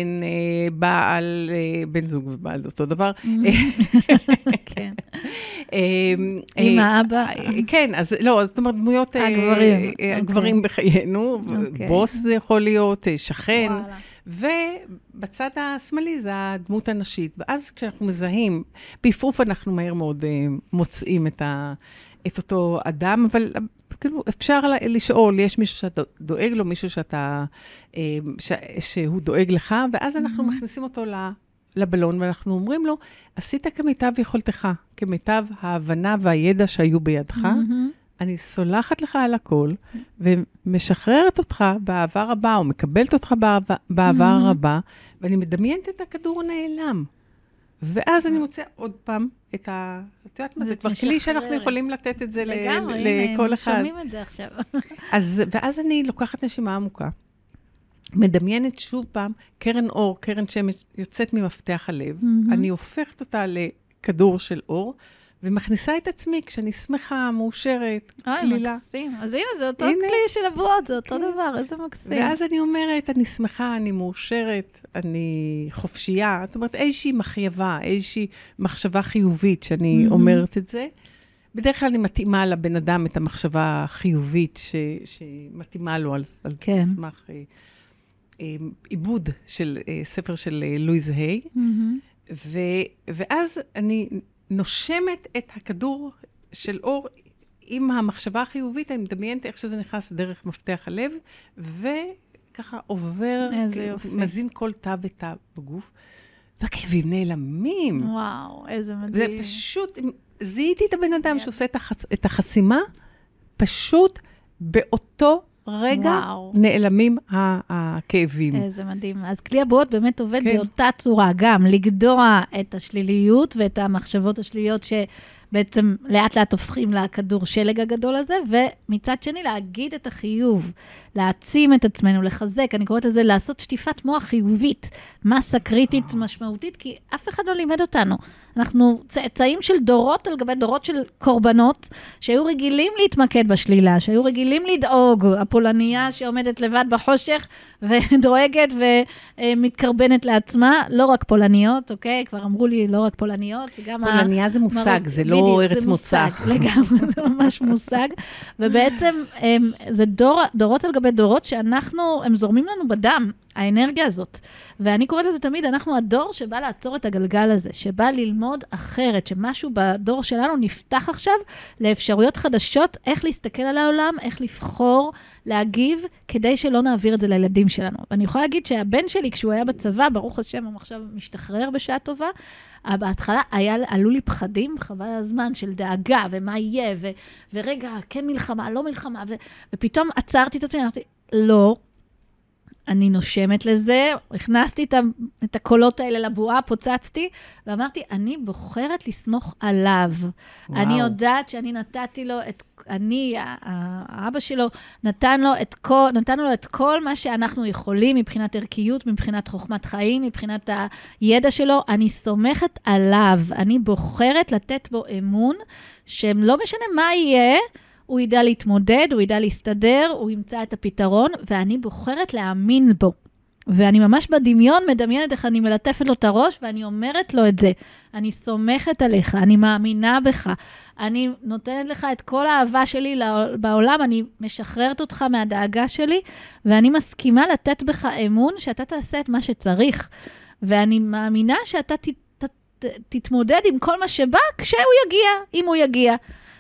בן זוג ובעל, זה אותו דבר. כן. עם האבא. כן, אז לא, זאת אומרת, דמויות הגברים בחיינו, בוס זה יכול להיות, שכן, ובצד השמאלי זה הדמות הנשית. ואז כשאנחנו מזהים, בעפוף אנחנו מהר מאוד מוצאים את אותו אדם, אבל כאילו אפשר לשאול, יש מישהו שאתה דואג לו, מישהו שהוא דואג לך, ואז אנחנו מכניסים אותו לבלון, ואנחנו אומרים לו, עשית כמיטב יכולתך, כמיטב ההבנה והידע שהיו בידך, אני סולחת לך על הכל, ומשחררת אותך בעבר הבא, או מקבלת אותך בעבר הבא, ואני מדמיינת את הכדור הנעלם. ואז אני מוצא עוד פעם את את יודעת מה, זה כבר כלי שאנחנו יכולים לתת את זה לכל אחד. שומעים את זה עכשיו. ואז אני לוקחת נשימה עמוקה, מדמיינת שוב פעם, קרן אור, קרן שמש, יוצאת ממפתח הלב, אני הופכת אותה לכדור של אור, ומכניסה את עצמי כשאני שמחה, מאושרת, כלילה. מקסים. אז הנה, זה אותו כלי של הבועות, זה אותו דבר, איזה מקסים. ואז אני אומרת, אני שמחה, אני מאושרת, אני חופשייה. זאת אומרת, איזושהי מחייבה, איזושהי מחשבה חיובית שאני אומרת את זה. בדרך כלל אני מתאימה לבן אדם את המחשבה החיובית שמתאימה לו על סמך עיבוד של ספר של לואיז היי. ואז אני נושמת את הכדור של אור עם המחשבה החיובית, אני מדמיינת איך שזה נכנס דרך מפתח הלב, וככה עובר, מזין כל תא ותא בגוף, והכאבים נעלמים. וואו, איזה מדהים. זה פשוט, זיהיתי את הבן אדם שעושה את החסימה, פשוט באותו רגע נעלמים הכאבים. איזה מדהים. אז כלי הבועות באמת עובד באותה צורה, גם לגדוע את השליליות ואת המחשבות השליליות שבעצם לאט לאט הופכים לכדור שלג הגדול הזה, ומצד שני להגיד את החיוב, להעצים את עצמנו, לחזק, אני קוראת לזה לעשות שטיפת מוח חיובית, מסה קריטית משמעותית, כי אף אחד לא לימד אותנו. אנחנו צאצאים של דורות על גבי דורות של קורבנות, שהיו רגילים להתמקד בשלילה, שהיו רגילים לדאוג, הפולניה שעומדת לבד בחושך, ודואגת ומתקרבנת לעצמה, לא רק פולניות, אוקיי? כבר אמרו לי, לא רק פולניות, זה גם פולניה זה מושג, זה לא ארץ מוצא. לגמרי, זה ממש מושג, ובעצם זה דורות על גבי דורות שאנחנו, הם זורמים לנו בדם, האנרגיה הזאת. ואני קוראת לזה תמיד, אנחנו הדור שבא לעצור את הגלגל הזה, שבא ללמוד אחרת, שמשהו בדור שלנו נפתח עכשיו לאפשרויות חדשות, איך להסתכל על העולם, איך לבחור, להגיב, כדי שלא נעביר את זה לילדים שלנו. ואני יכולה להגיד שהבן שלי, כשהוא היה בצבא, ברוך השם, הוא עכשיו משתחרר בשעה טובה, בהתחלה עלו לי פחדים, חבל הזמן של דאגה, ומה יהיה, ורגע, כן מלחמה, לא מלחמה, ופתאום עצרתי את עצמי, אמרתי, לא, אני נושמת לזה, הכנסתי את הקולות האלה לבועה, פוצצתי, ואמרתי, אני בוחרת לסמוך עליו. וואו. אני יודעת שאני נתתי לו האבא שלו, נתנו לו את כל מה שאנחנו יכולים, מבחינת ערכיות, מבחינת חוכמת חיים, מבחינת הידע שלו, אני סומכת עליו, אני בוחרת לתת בו אמון, שלא משנה מה יהיה, הוא ידע להתמודד, הוא ידע להסתדר, הוא ימצא את הפתרון, ואני בוחרת להאמין בו. ואני ממש בדמיון מדמיינת איך אני מלטפת לו את הראש, ואני אומרת לו את זה. אני סומכת עליך, אני מאמינה בך, אני נותנת לך את כל האהבה שלי בעולם, אני משחררת אותך מהדאגה שלי, ואני מסכימה לתת בך אמון שאתה תעשה את מה שצריך. ואני מאמינה שאתה תתמודד עם כל מה שבא כשהוא יגיע, אם הוא יגיע.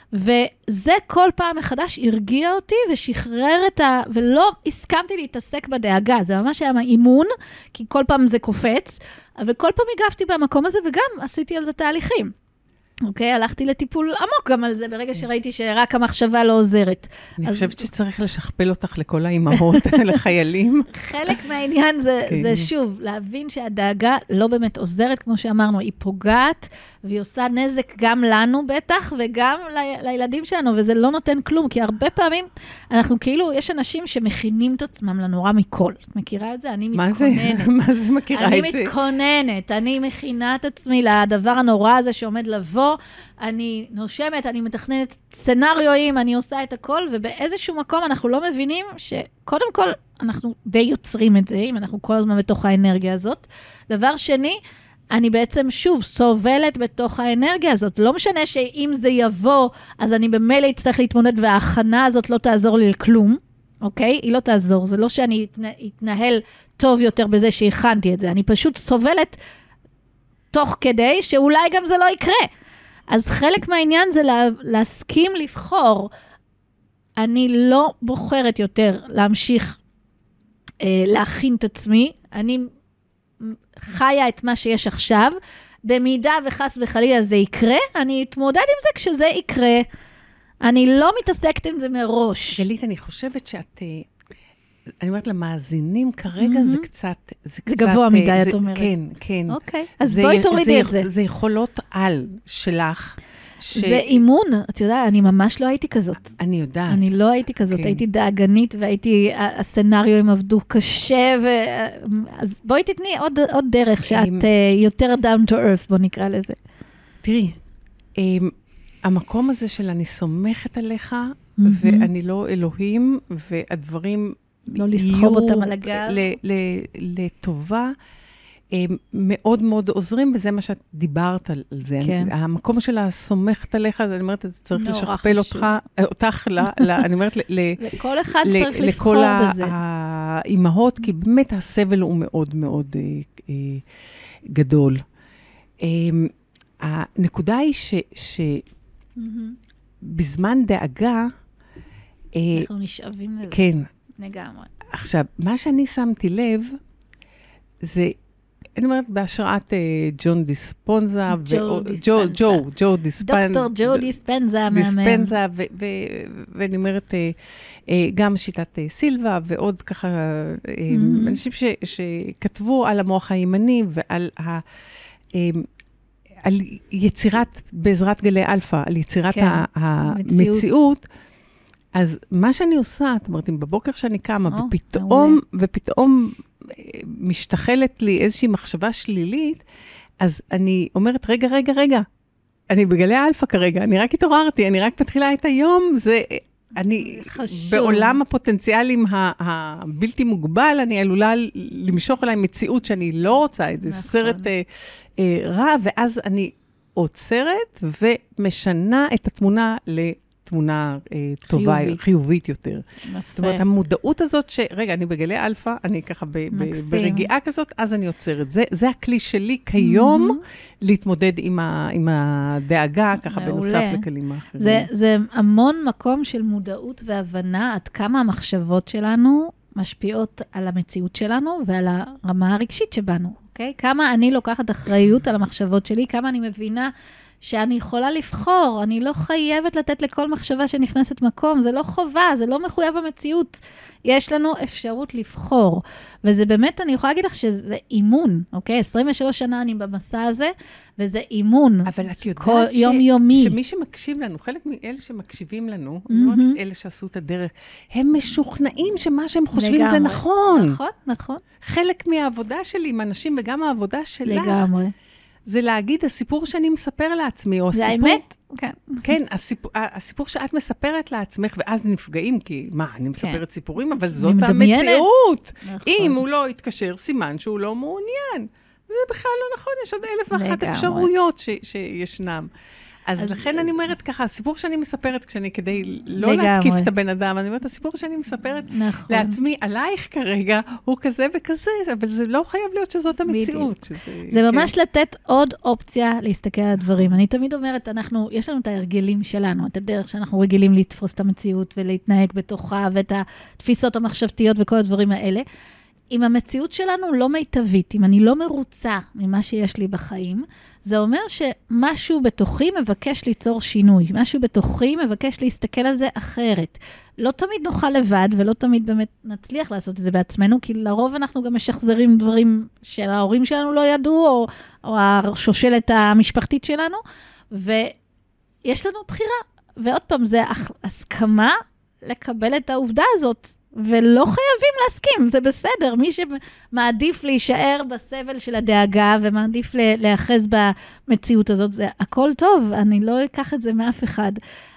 וזה כל פעם מחדש הרגיע אותי ושחרר ולא הסכמתי להתעסק בדאגה, זה ממש היה אימון, כי כל פעם זה קופץ, וכל פעם הגבתי במקום הזה, וגם עשיתי על זה תהליכים. אוקיי, הלכתי לטיפול עמוק גם על זה, ברגע שראיתי שרק המחשבה לא עוזרת. אני חושבת שצריך לשכפל אותך לכל האימהות, לחיילים. חלק מהעניין זה שוב, להבין שהדאגה לא באמת עוזרת, כמו שאמרנו, היא פוגעת, והיא עושה נזק גם לנו בטח, וגם לילדים שלנו, וזה לא נותן כלום, כי הרבה פעמים אנחנו כאילו, יש אנשים שמכינים את עצמם לנורא מכל. את מכירה את זה? אני מתכוננת. מה זה מכירה את זה? אני מתכוננת, אני מכינה את עצמי לדבר הנורא הזה שעומד לבוא, אני נושמת, אני מתכננת סצנריואים, אני עושה את הכל, ובאיזשהו מקום אנחנו לא מבינים שקודם כל אנחנו די יוצרים את זה, אם אנחנו כל הזמן בתוך האנרגיה הזאת. דבר שני, אני בעצם שוב סובלת בתוך האנרגיה הזאת. לא משנה שאם זה יבוא, אז אני במילא אצטרך להתמודד, וההכנה הזאת לא תעזור לי לכלום, אוקיי? היא לא תעזור. זה לא שאני אתנהל טוב יותר בזה שהכנתי את זה. אני פשוט סובלת תוך כדי שאולי גם זה לא יקרה. אז חלק מהעניין זה להסכים לבחור. אני לא בוחרת יותר להמשיך להכין את עצמי. אני חיה את מה שיש עכשיו. במידה וחס וחלילה זה יקרה, אני אתמודד עם זה כשזה יקרה. אני לא מתעסקת עם זה מראש. גלית, אני חושבת שאת... אני אומרת למאזינים, כרגע זה קצת... זה גבוה מדי, את אומרת. כן, כן. אוקיי, אז בואי תורידי את זה. זה יכולות על שלך. זה אימון, את יודעת, אני ממש לא הייתי כזאת. אני יודעת. אני לא הייתי כזאת, הייתי דאגנית, והייתי, הסצנריואים עבדו קשה, אז בואי תתני עוד דרך, שאת יותר down to earth, בוא נקרא לזה. תראי, המקום הזה של אני סומכת עליך, ואני לא אלוהים, והדברים... לא לסחוב אותם על הגב. לטובה, מאוד מאוד עוזרים, וזה מה שאת דיברת על זה. כן. המקום של הסומכת עליך, אני אומרת, צריך לשכפל אותך, אני אומרת, לכל אחד צריך לבחור בזה. לכל האימהות, כי באמת הסבל הוא מאוד מאוד גדול. הנקודה היא שבזמן דאגה, אנחנו נשאבים לזה. כן. לגמרי. עכשיו, מה שאני שמתי לב, זה אני אומרת, בהשראת ג'ון דיספנזה, ג'ו דיספנזה. דוקטור ג'ו דיספנזה, המאמן. ואני אומרת, גם שיטת סילבה, ועוד ככה, אנשים שכתבו על המוח הימני, ועל על יצירת, בעזרת גלי אלפא, על יצירת המציאות, אז מה שאני עושה, את אומרת, אם בבוקר שאני קמה, ופתאום משתחלת לי איזושהי מחשבה שלילית, אז אני אומרת, רגע, אני בגלי אלפא כרגע, אני רק התעוררתי, אני רק מתחילה את היום, אני בעולם הפוטנציאלים הבלתי מוגבל, אני עלולה למשוך אליי מציאות שאני לא רוצה, זה סרט רע, ואז אני עוצרת ומשנה את התמונה לתמונה טובה, חיובית יותר. זאת אומרת, המודעות הזאת רגע, אני בגלי אלפא, אני ככה ברגיעה כזאת, אז אני עוצרת. זה הכלי שלי כיום להתמודד עם הדאגה, ככה בנוסף לכלים האחרים. זה המון מקום של מודעות והבנה עד כמה המחשבות שלנו משפיעות על המציאות שלנו ועל הרמה הרגשית שבנו, אוקיי? כמה אני לוקחת אחריות על המחשבות שלי, כמה אני מבינה שאני יכולה לבחור, אני לא חייבת לתת לכל מחשבה שנכנסת מקום, זה לא חובה, זה לא מחויב במציאות. יש לנו אפשרות לבחור, וזה באמת, אני יכולה להגיד לך שזה אימון, אוקיי? 23 שנה אני במסע הזה, וזה אימון. אבל את יודעת יומיומי. שמי שמקשיב לנו, חלק מאלה שמקשיבים לנו, לא רק אלה שעשו את הדרך, הם משוכנעים שמה שהם חושבים זה נכון. נכון. חלק מהעבודה שלי עם אנשים, וגם העבודה שלך, לגמרי. זה להגיד, הסיפור שאני מספר לעצמי, או זה הסיפור... האמת? כן. כן, הסיפור שאת מספרת לעצמך, ואז נפגעים, כי מה, אני מספרת סיפורים, אבל זאת המציאות. אם הוא לא יתקשר, סימן שהוא לא מעוניין. זה בכלל לא נכון, יש עוד 1,001 אפשרויות שישנם. אז לכן אני אומרת ככה, הסיפור שאני מספרת, כדי לא להתקיף את הבן אדם, אני אומרת, הסיפור שאני מספרת לעצמי עלייך כרגע, הוא כזה וכזה, אבל זה לא חייב להיות שזאת המציאות. זה ממש לתת עוד אופציה להסתכל על הדברים. אני תמיד אומרת, יש לנו את ההרגלים שלנו, את הדרך שאנחנו רגילים לתפוס את המציאות ולהתנהג בתוכה, ואת התפיסות המחשבתיות וכל הדברים האלה. אם המציאות שלנו לא מיטבית, אם אני לא מרוצה ממה שיש לי בחיים, זה אומר שמשהו בתוכי מבקש ליצור שינוי, משהו בתוכי מבקש להסתכל על זה אחרת. לא תמיד נוכל לבד, ולא תמיד באמת נצליח לעשות את זה בעצמנו, כי לרוב אנחנו גם משחזרים דברים שההורים שלנו לא ידעו, או השושלת המשפחתית שלנו, ויש לנו בחירה. ועוד פעם, זה הסכמה לקבל את העובדה הזאת, ולא חייבים להסכים, זה בסדר. מי שמעדיף להישאר בסבל של הדאגה, ומעדיף להיאחז במציאות הזאת, זה הכל טוב, אני לא אקח את זה מאף אחד.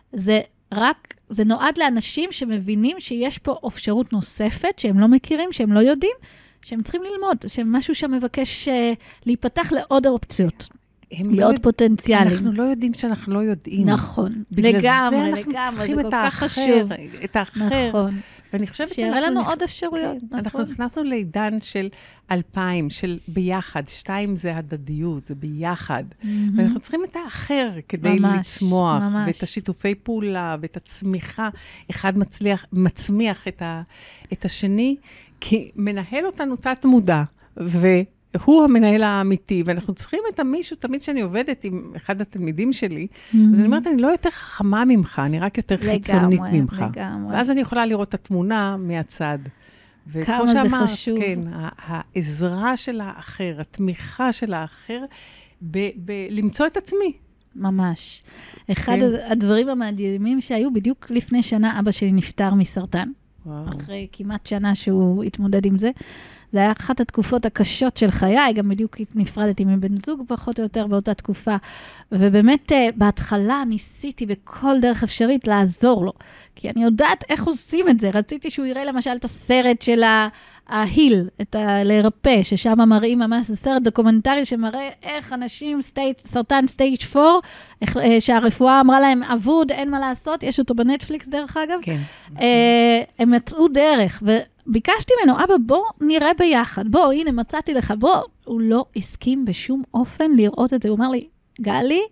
זה נועד לאנשים שמבינים שיש פה אפשרות נוספת, שהם לא מכירים, שהם לא יודעים, שהם צריכים ללמוד, שמשהו שם מבקש להיפתח לעוד אופציות. להיות פוטנציאלים. אנחנו לא יודעים שאנחנו לא יודעים. נכון, לגמרי, זה כל כך חשוב. את האחר. נכון. ואני חושבת שיראה לנו עוד אפשרויות. אנחנו נכנסנו לעידן של 2000, של ביחד. 2 זה הדדיות, זה ביחד. ואנחנו צריכים את האחר כדי לצמוח, ואת השיתופי פעולה, ואת הצמיחה. אחד מצמיח את השני, כי מנהל אותנו תת מודע, הוא המנהל האמיתי, ואנחנו צריכים את המישהו, תמיד שאני עובדת עם אחד התלמידים שלי, אז אני אומרת, אני לא יותר חכמה ממך, אני רק יותר חיצונית ממך. ואז אני יכולה לראות את התמונה מהצד. כמה זה חשוב. כן, העזרה של האחר, התמיכה של האחר, למצוא את עצמי. ממש. אחד הדברים המדהימים שהיו, בדיוק לפני שנה, אבא שלי נפטר מסרטן. אחרי כמעט שנה שהוא התמודד עם זה. זה היה אחת התקופות הקשות של חיי, גם בדיוק נפרדתי מבן זוג פחות או יותר באותה תקופה, ובאמת בהתחלה ניסיתי בכל דרך אפשרית לעזור לו, כי אני יודעת איך עושים את זה, רציתי שהוא יראה למשל את הסרט של ההיל, את להירפא, ששם מראים ממש, זה סרט דוקומנטרי שמראה איך אנשים סרטן סטייג' 4, שהרפואה אמרה להם אבוד, אין מה לעשות, יש אותו בנטפליקס דרך אגב, כן. הם מצאו דרך, ביקשתי ממנו, אבא, בוא נראה ביחד, בוא, הנה, מצאתי לך, בוא. הוא לא הסכים בשום אופן לראות את זה. הוא אמר לי, גלי,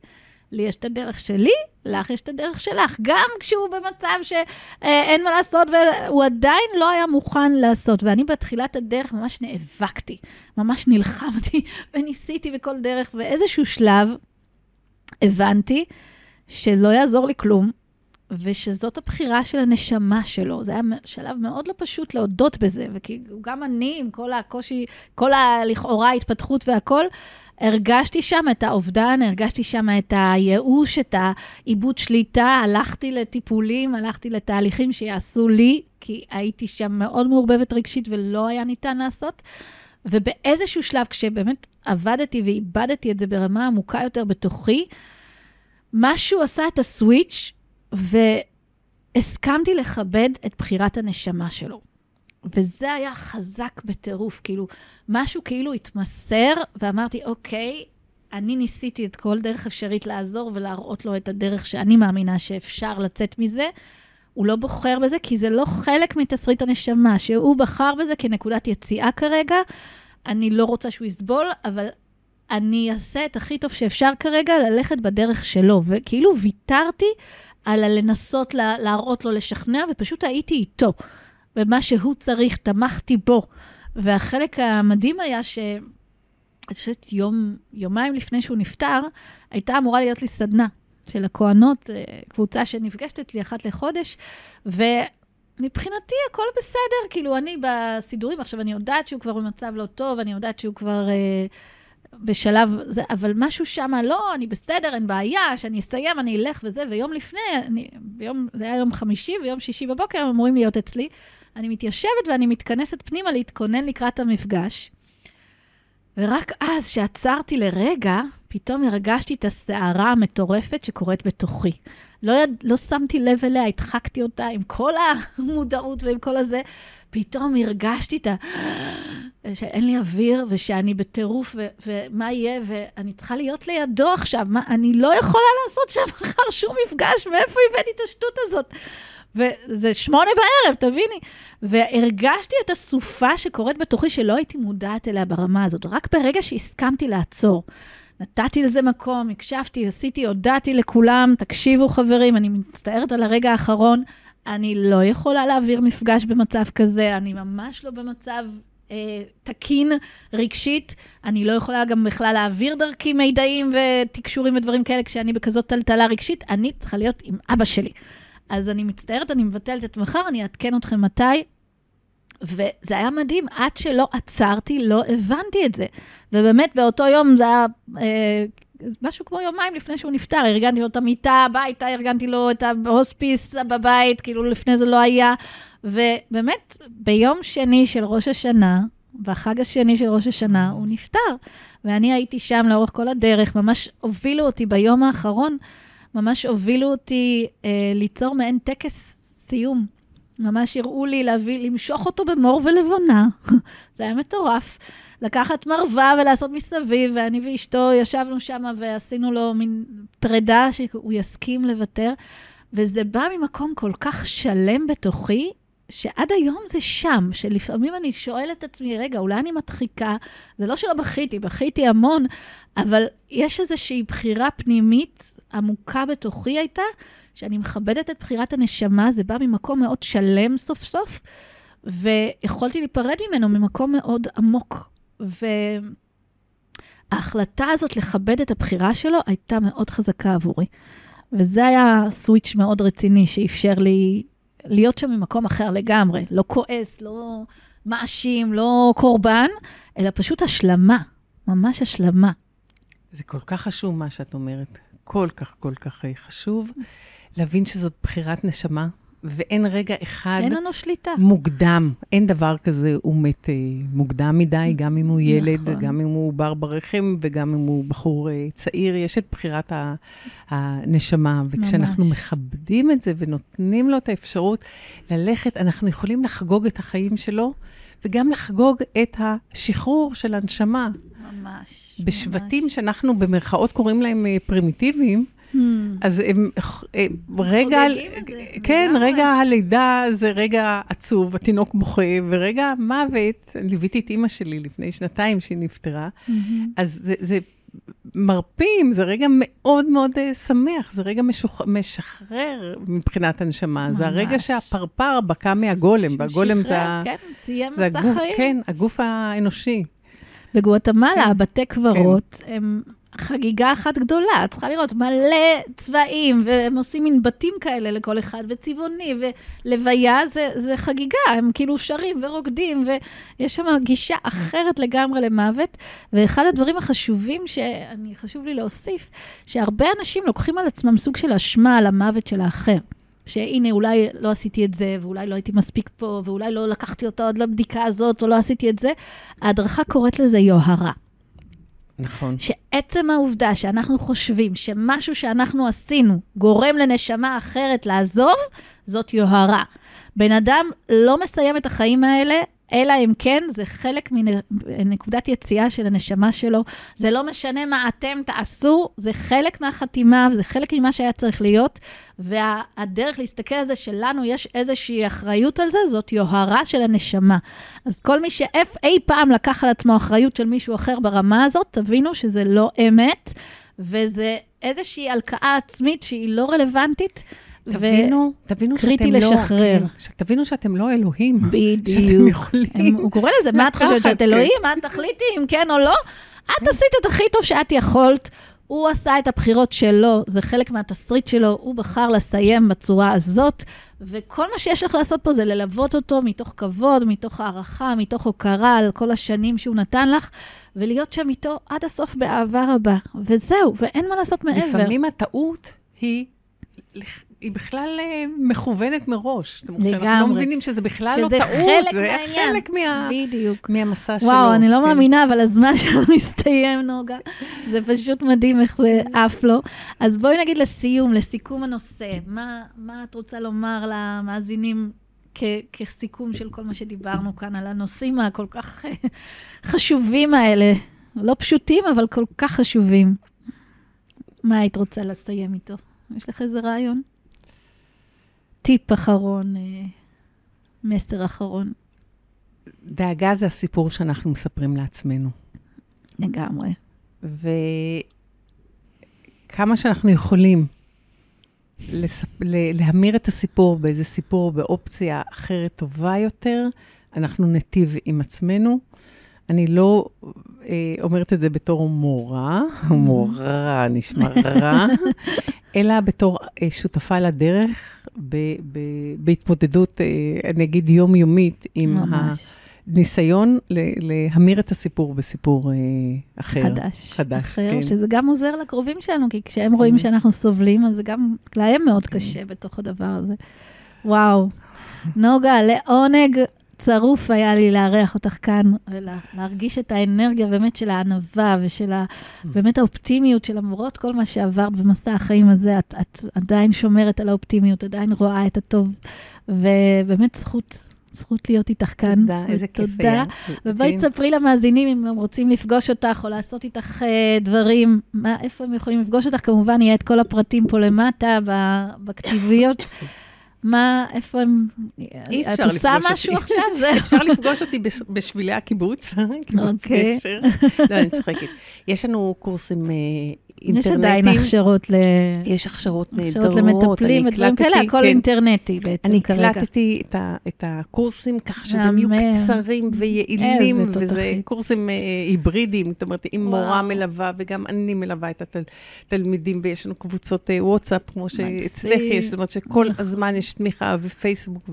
לי יש את הדרך שלי, לך יש את הדרך שלך. גם כשהוא במצב שאין מה לעשות, והוא עדיין לא היה מוכן לעשות. ואני בתחילת הדרך ממש נאבקתי, ממש נלחמתי, וניסיתי בכל דרך, ואיזשהו שלב הבנתי שלא יעזור לי כלום, ושזאת הבחירה של הנשמה שלו. זה היה שלב מאוד לא פשוט להודות בזה, וגם אני, עם כל הקושי, כל לכאורה ההתפתחות והכל, הרגשתי שם את האובדן, הרגשתי שם את הייאוש, את העיבוד שליטה, הלכתי לטיפולים, הלכתי לתהליכים שיעשו לי, כי הייתי שם מאוד מעורבבת רגשית ולא היה ניתן לעשות. ובאיזשהו שלב, כשבאמת עבדתי ואיבדתי את זה ברמה עמוקה יותר בתוכי, משהו עשה את הסוויץ' והסכמתי לכבד את בחירת הנשמה שלו. וזה היה חזק בטירוף, כאילו, משהו כאילו התמסר, ואמרתי, אוקיי, אני ניסיתי את כל דרך אפשרית לעזור, ולהראות לו את הדרך שאני מאמינה שאפשר לצאת מזה. הוא לא בוחר בזה, כי זה לא חלק מתסריט הנשמה, שהוא בחר בזה כנקודת יציאה כרגע. אני לא רוצה שהוא יסבול, אבל אני אעשה את הכי טוב שאפשר כרגע, ללכת בדרך שלו, וכאילו ויתרתי על לנסות להראות לו לשכנע, ופשוט הייתי איתו. ומה שהוא צריך, תמכתי בו. והחלק המדהים היה יומיים לפני שהוא נפטר, הייתה אמורה להיות לי סדנה של הכהנות, קבוצה שנפגשת אצלי אחת לחודש, ומבחינתי הכל בסדר, כאילו אני בסידורים, עכשיו אני יודעת שהוא כבר במצב לא טוב, אני יודעת שהוא כבר בשלב, אבל משהו שם, לא, אני בסדר, אין בעיה, שאני אסיים, אני אלך וזה, ויום לפני, זה היה יום חמישי, ויום שישי בבוקר הם אמורים להיות אצלי, אני מתיישבת ואני מתכנסת פנימה להתכונן לקראת המפגש, ורק אז שעצרתי לרגע, פתאום הרגשתי את הסערה המטורפת שקורית בתוכי. לא שמתי לב אליה, הדחקתי אותה עם כל המודעות ועם כל הזה, פתאום הרגשתי שאין לי אוויר ושאני בטירוף ומה יהיה, ואני צריכה להיות לידו עכשיו, אני לא יכולה לעשות שם אחר שום מפגש, מאיפה הבאתי את השטות הזאת? וזה 8 בערב, תביני. והרגשתי את הסופה שקורית בתוכי שלא הייתי מודעת אליה ברמה הזאת. רק ברגע שהסכמתי לעצור, נתתי לזה מקום, הקשבתי, עשיתי, הודעתי לכולם, תקשיבו חברים, אני מצטערת על הרגע האחרון, אני לא יכולה להעביר מפגש במצב כזה, אני ממש לא במצב תקין, רגשית, אני לא יכולה גם בכלל להעביר דרכי מידעים ותקשורים ודברים כאלה, כשאני בכזאת טלטלה רגשית, אני צריכה להיות עם אבא שלי. אז אני מצטערת, אני מבטלת את מחר, אני אעדכן אתכם מתי, וזה היה מדהים, עד שלא עצרתי, לא הבנתי את זה. ובאמת באותו יום זה היה משהו כמו יומיים לפני שהוא נפטר, ארגנתי לו את המיטה הביתה, ארגנתי לו את ההוספיס בבית, כאילו לפני זה לא היה, ובאמת ביום שני של ראש השנה, בחג השני של ראש השנה, הוא נפטר, ואני הייתי שם לאורך כל הדרך, ממש הובילו אותי ביום האחרון, ממש הובילו אותי ליצור מעין טקס סיום. ממש הראו לי למשוך אותו במור ולבונה. זה היה מטורף. לקחת מרווה ולעשות מסביב, ואני ואשתו ישבנו שם ועשינו לו מין פרידה שהוא יסכים לוותר. וזה בא ממקום כל כך שלם בתוכי, שעד היום זה שם, שלפעמים אני שואלת את עצמי, רגע, אולי אני מדחיקה, זה לא שלא בכיתי המון, אבל יש איזושהי בחירה פנימית עמוקה בתוכי הייתה, שאני מכבדת את בחירת הנשמה, זה בא ממקום מאוד שלם סוף סוף, ויכולתי להיפרד ממנו ממקום מאוד עמוק. וההחלטה הזאת לכבד את הבחירה שלו הייתה מאוד חזקה עבורי. וזה היה סוויץ' מאוד רציני שאפשר לי להיות שם ממקום אחר לגמרי, לא כועס, לא מאשים, לא קורבן, אלא פשוט השלמה, ממש השלמה. זה כל כך חשוב מה שאת אומרת, כל כך חשוב, להבין שזאת בחירת נשמה, ואין רגע אחד אין לנו שליטה. מוקדם, אין דבר כזה, הוא מת מוקדם מדי, גם אם הוא ילד, נכון. גם אם הוא בר ברחם, וגם אם הוא בחור צעיר, יש את בחירת הנשמה, וכשאנחנו מכבדים את זה, ונותנים לו את האפשרות ללכת, אנחנו יכולים לחגוג את החיים שלו, וגם לחגוג את השחרור של הנשמה. ממש. בשבטים שאנחנו במרכאות קוראים להם פרימיטיביים, אז הם רגע, כן, רגע הלידה זה רגע עצוב, התינוק בוכה, ורגע המוות, ליוויתי את אמא שלי לפני 2 שהיא נפטרה, אז זה מרפים, זה רגע מאוד מאוד שמח, זה רגע משחרר מבחינת הנשמה. ממש. זה הרגע שהפרפר בקע מהגולם, והגולם זה כן, סיים מסע חיים. כן, הגוף האנושי. בגואטמלה, בתי קברות, הם חגיגה אחת גדולה, צריכה לראות מלא צבעים, והם עושים מין בתים כאלה לכל אחד, וצבעוני, ולוויה זה חגיגה, הם כאילו שרים ורוקדים, ויש שם גישה אחרת לגמרי למוות, ואחד הדברים החשובים חשוב לי להוסיף, שהרבה אנשים לוקחים על עצמם סוג של אשמה על המוות של האחר. שהנה, אולי לא עשיתי את זה, ואולי לא הייתי מספיק פה, ואולי לא לקחתי אותו עוד לבדיקה הזאת, או לא עשיתי את זה. ההדרכה קוראת לזה יוהרה. נכון. שעצם העובדה שאנחנו חושבים שמשהו שאנחנו עשינו גורם לנשמה אחרת לעזוב, זאת יוהרה. בן אדם לא מסיים את החיים האלה, אלא אם כן, זה חלק מנקודת יציאה של הנשמה שלו. זה לא משנה מה אתם תעשו, זה חלק מהחתימה, וזה חלק ממה שהיה צריך להיות, והדרך להסתכל על זה שלנו יש איזושהי אחריות על זה, זאת יוהרה של הנשמה. אז כל מי שאי פעם לקח על עצמו אחריות של מישהו אחר ברמה הזאת, תבינו שזה לא אמת, וזה איזושהי הלקאה עצמית שהיא לא רלוונטית, קריטי לשחרר. תבינו שאתם לא אלוהים. בדיוק. הוא קורא לזה, מה את חושבת שאת אלוהים? מה את תחליטי אם כן או לא? את עשית את הכי טוב שאת יכולת. הוא עשה את הבחירות שלו, זה חלק מהתסריט שלו, הוא בחר לסיים בצורה הזאת, וכל מה שיש לך לעשות פה זה ללוות אותו מתוך כבוד, מתוך הערכה, מתוך הוקרה על כל השנים שהוא נתן לך, ולהיות שם איתו עד הסוף באהבה רבה. וזהו, ואין מה לעשות מעבר. לפעמים הטעות היא בכלל מכוונת מראש. לגמרי. אנחנו לא מבינים שזה בכלל לא טעות. שזה חלק מהמסע שלו. וואו, אני לא מאמינה, אבל הזמן שלנו מסתיים, נוגה. זה פשוט מדהים איך זה אף לא. אז בואי נגיד לסיכום הנושא. מה את רוצה לומר למאזינים כסיכום של כל מה שדיברנו כאן, על הנושאים הכל כך חשובים האלה? לא פשוטים, אבל כל כך חשובים. מה היית רוצה לסיים איתו? יש לך איזה רעיון? טיפ אחרון, מסר אחרון. דאגה זה הסיפור שאנחנו מספרים לעצמנו. לגמרי. וכמה שאנחנו יכולים להמיר את הסיפור באיזה סיפור, באופציה אחרת טובה יותר, אנחנו נטיב עם עצמנו. אני לא אומרת את זה בתור מורה נשמע רע, אלא בתור שותפה לדרך, בהתמודדות, אני אגיד יומיומית, עם הניסיון להמיר את הסיפור בסיפור אחר. חדש, כן. שזה גם עוזר לקרובים שלנו, כי כשהם רואים שאנחנו סובלים, אז זה גם להם מאוד קשה בתוך הדבר הזה. וואו. נוגה, לעונג צרוף היה לי לארח אותך כאן, להרגיש את האנרגיה באמת של הענווה, ושל באמת האופטימיות של למרות כל מה שעברת במסע החיים הזה, את עדיין שומרת על האופטימיות, עדיין רואה את הטוב, ובאמת זכות להיות איתך כאן. תודה, איזה כיף היה. ובואי תספרי למאזינים אם הם רוצים לפגוש אותך, או לעשות איתך דברים, איפה הם יכולים לפגוש אותך? כמובן, יהיה את כל הפרטים פה למטה, בכתיביות. איפה הם... את עושה משהו עכשיו? אפשר לפגוש אותי בשבילי הקיבוץ. אוקיי. לא, אני צוחקת. יש לנו קורסים אינטרנטיים. יש עדיין הכשרות יש הכשרות נהדרות. למטפלים, ודברים כאלה, הכל אינטרנטי בעצם כרגע. אני הקלטתי את הקורסים כך שהם יהיו קצרים ויעילים, וזה קורסים היברידיים, זאת אומרת, עם מורה מלווה, וגם אני מלווה את התלמידים, ויש לנו קבוצות וואטסאפ, כמו שאצלך יש, זאת אומרת שכל הזמן יש תמיכה ופייסבוק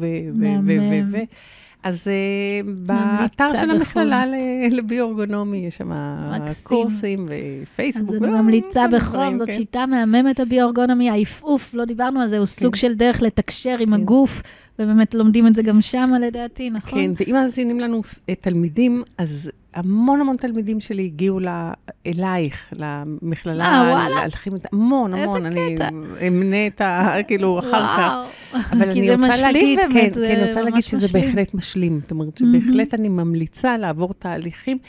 אז באתר של המכללה לביו-ארגונומי יש שם קורסים ופייסבוק. אז אני ממליצה בחום, זאת שיטה מהממת הביו-ארגונומי, העיפוף, לא דיברנו על זה, הוא סוג של דרך לתקשר עם הגוף, ובאמת לומדים את זה גם שם לדעתי, נכון? כן, ואם מאזינים לנו תלמידים, אז המון תלמידים שלי הגיעו אלייך, למכללה, להלכים את המון, אני אמנה את כאילו אחר כך. אבל אני רוצה להגיד, כן, אני רוצה להגיד שזה בהחלט משלים. זאת אומרת, שבהחלט אני ממליצה לעבור תהליכים,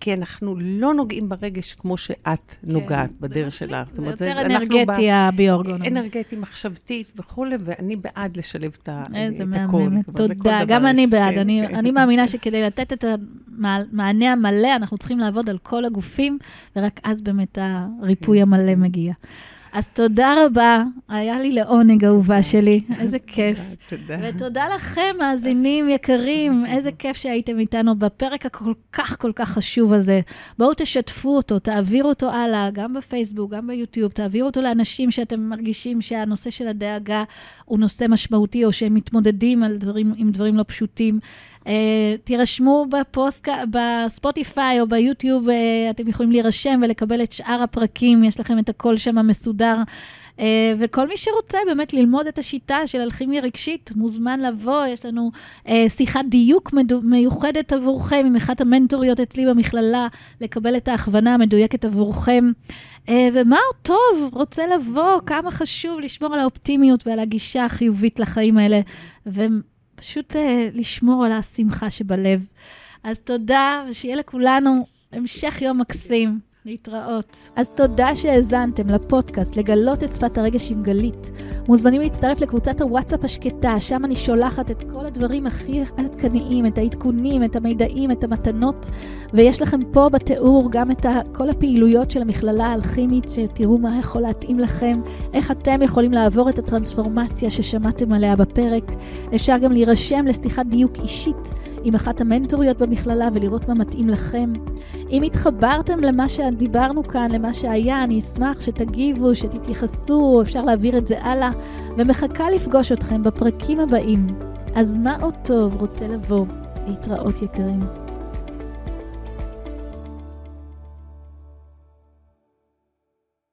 כי אנחנו לא נוגעים ברגש כמו שאת נוגעת בדרך שלך. זה יותר אנרגטי הביורגון. אנרגטי, מחשבתית וכו', ואני בעד לשלב את הכל. איזה מהממת, תודה. גם אני בעד. אני מאמינה שכדי לתת את המענה המלא, אנחנו צריכים לעבוד על כל הגופים, ורק אז באמת הריפוי המלא מגיע. אז תודה רבה, היה לי לעונג אהובה שלי, איזה כיף. תודה. ותודה לכם, מאזינים יקרים, איזה כיף שהייתם איתנו בפרק הכל כך כל כך חשוב הזה. בואו תשתפו אותו, תעבירו אותו הלאה, גם בפייסבוק, גם ביוטיוב, תעבירו אותו לאנשים שאתם מרגישים שהנושא של הדאגה הוא נושא משמעותי, או שהם מתמודדים עם דברים לא פשוטים. תירשמו בספוטיפיי או ביוטיוב, אתם יכולים להירשם ולקבל את שאר הפרקים, יש לכם את הכל שם מסודר, וכל מי שרוצה באמת ללמוד את השיטה של אלכימיה רגשית, מוזמן לבוא, יש לנו שיחת דיוק מיוחדת עבורכם, עם אחת המנטוריות אצלי במכללה, לקבל את ההכוונה המדויקת עבורכם, ומה הוא טוב, רוצה לבוא, כמה חשוב לשמור על האופטימיות ועל הגישה החיובית לחיים האלה, פשוט לשמור על השמחה שבלב. אז תודה, ושיהיה לכולנו המשך יום מקסים. להתראות. אז תודה שהאזנתם לפודקאסט לגלות את שפת הרגש עם גלית. מוזמנים להצטרף לקבוצת הוואטסאפ השקטה, שם אני שולחת את כל הדברים הכי עדכניים, את העדכונים, את המידעים, את המתנות, ויש לכם פה בתיאור גם את כל הפעילויות של המכללה האלכימית, שתראו מה יכול להתאים לכם, איך אתם יכולים לעבור את הטרנספורמציה ששמעתם עליה בפרק. אפשר גם להירשם לשיחת דיוק אישית עם אחת המנטוריות במכללה ולראות מה מתאים לכם. אם התחברתם למה שדיברנו כאן, למה שהיה, אני אשמח שתגיבו, שתתייחסו, אפשר להעביר את זה הלאה, ומחכה לפגוש אתכם בפרקים הבאים. אז מה עוד טוב רוצה לבוא? להתראות יקרים.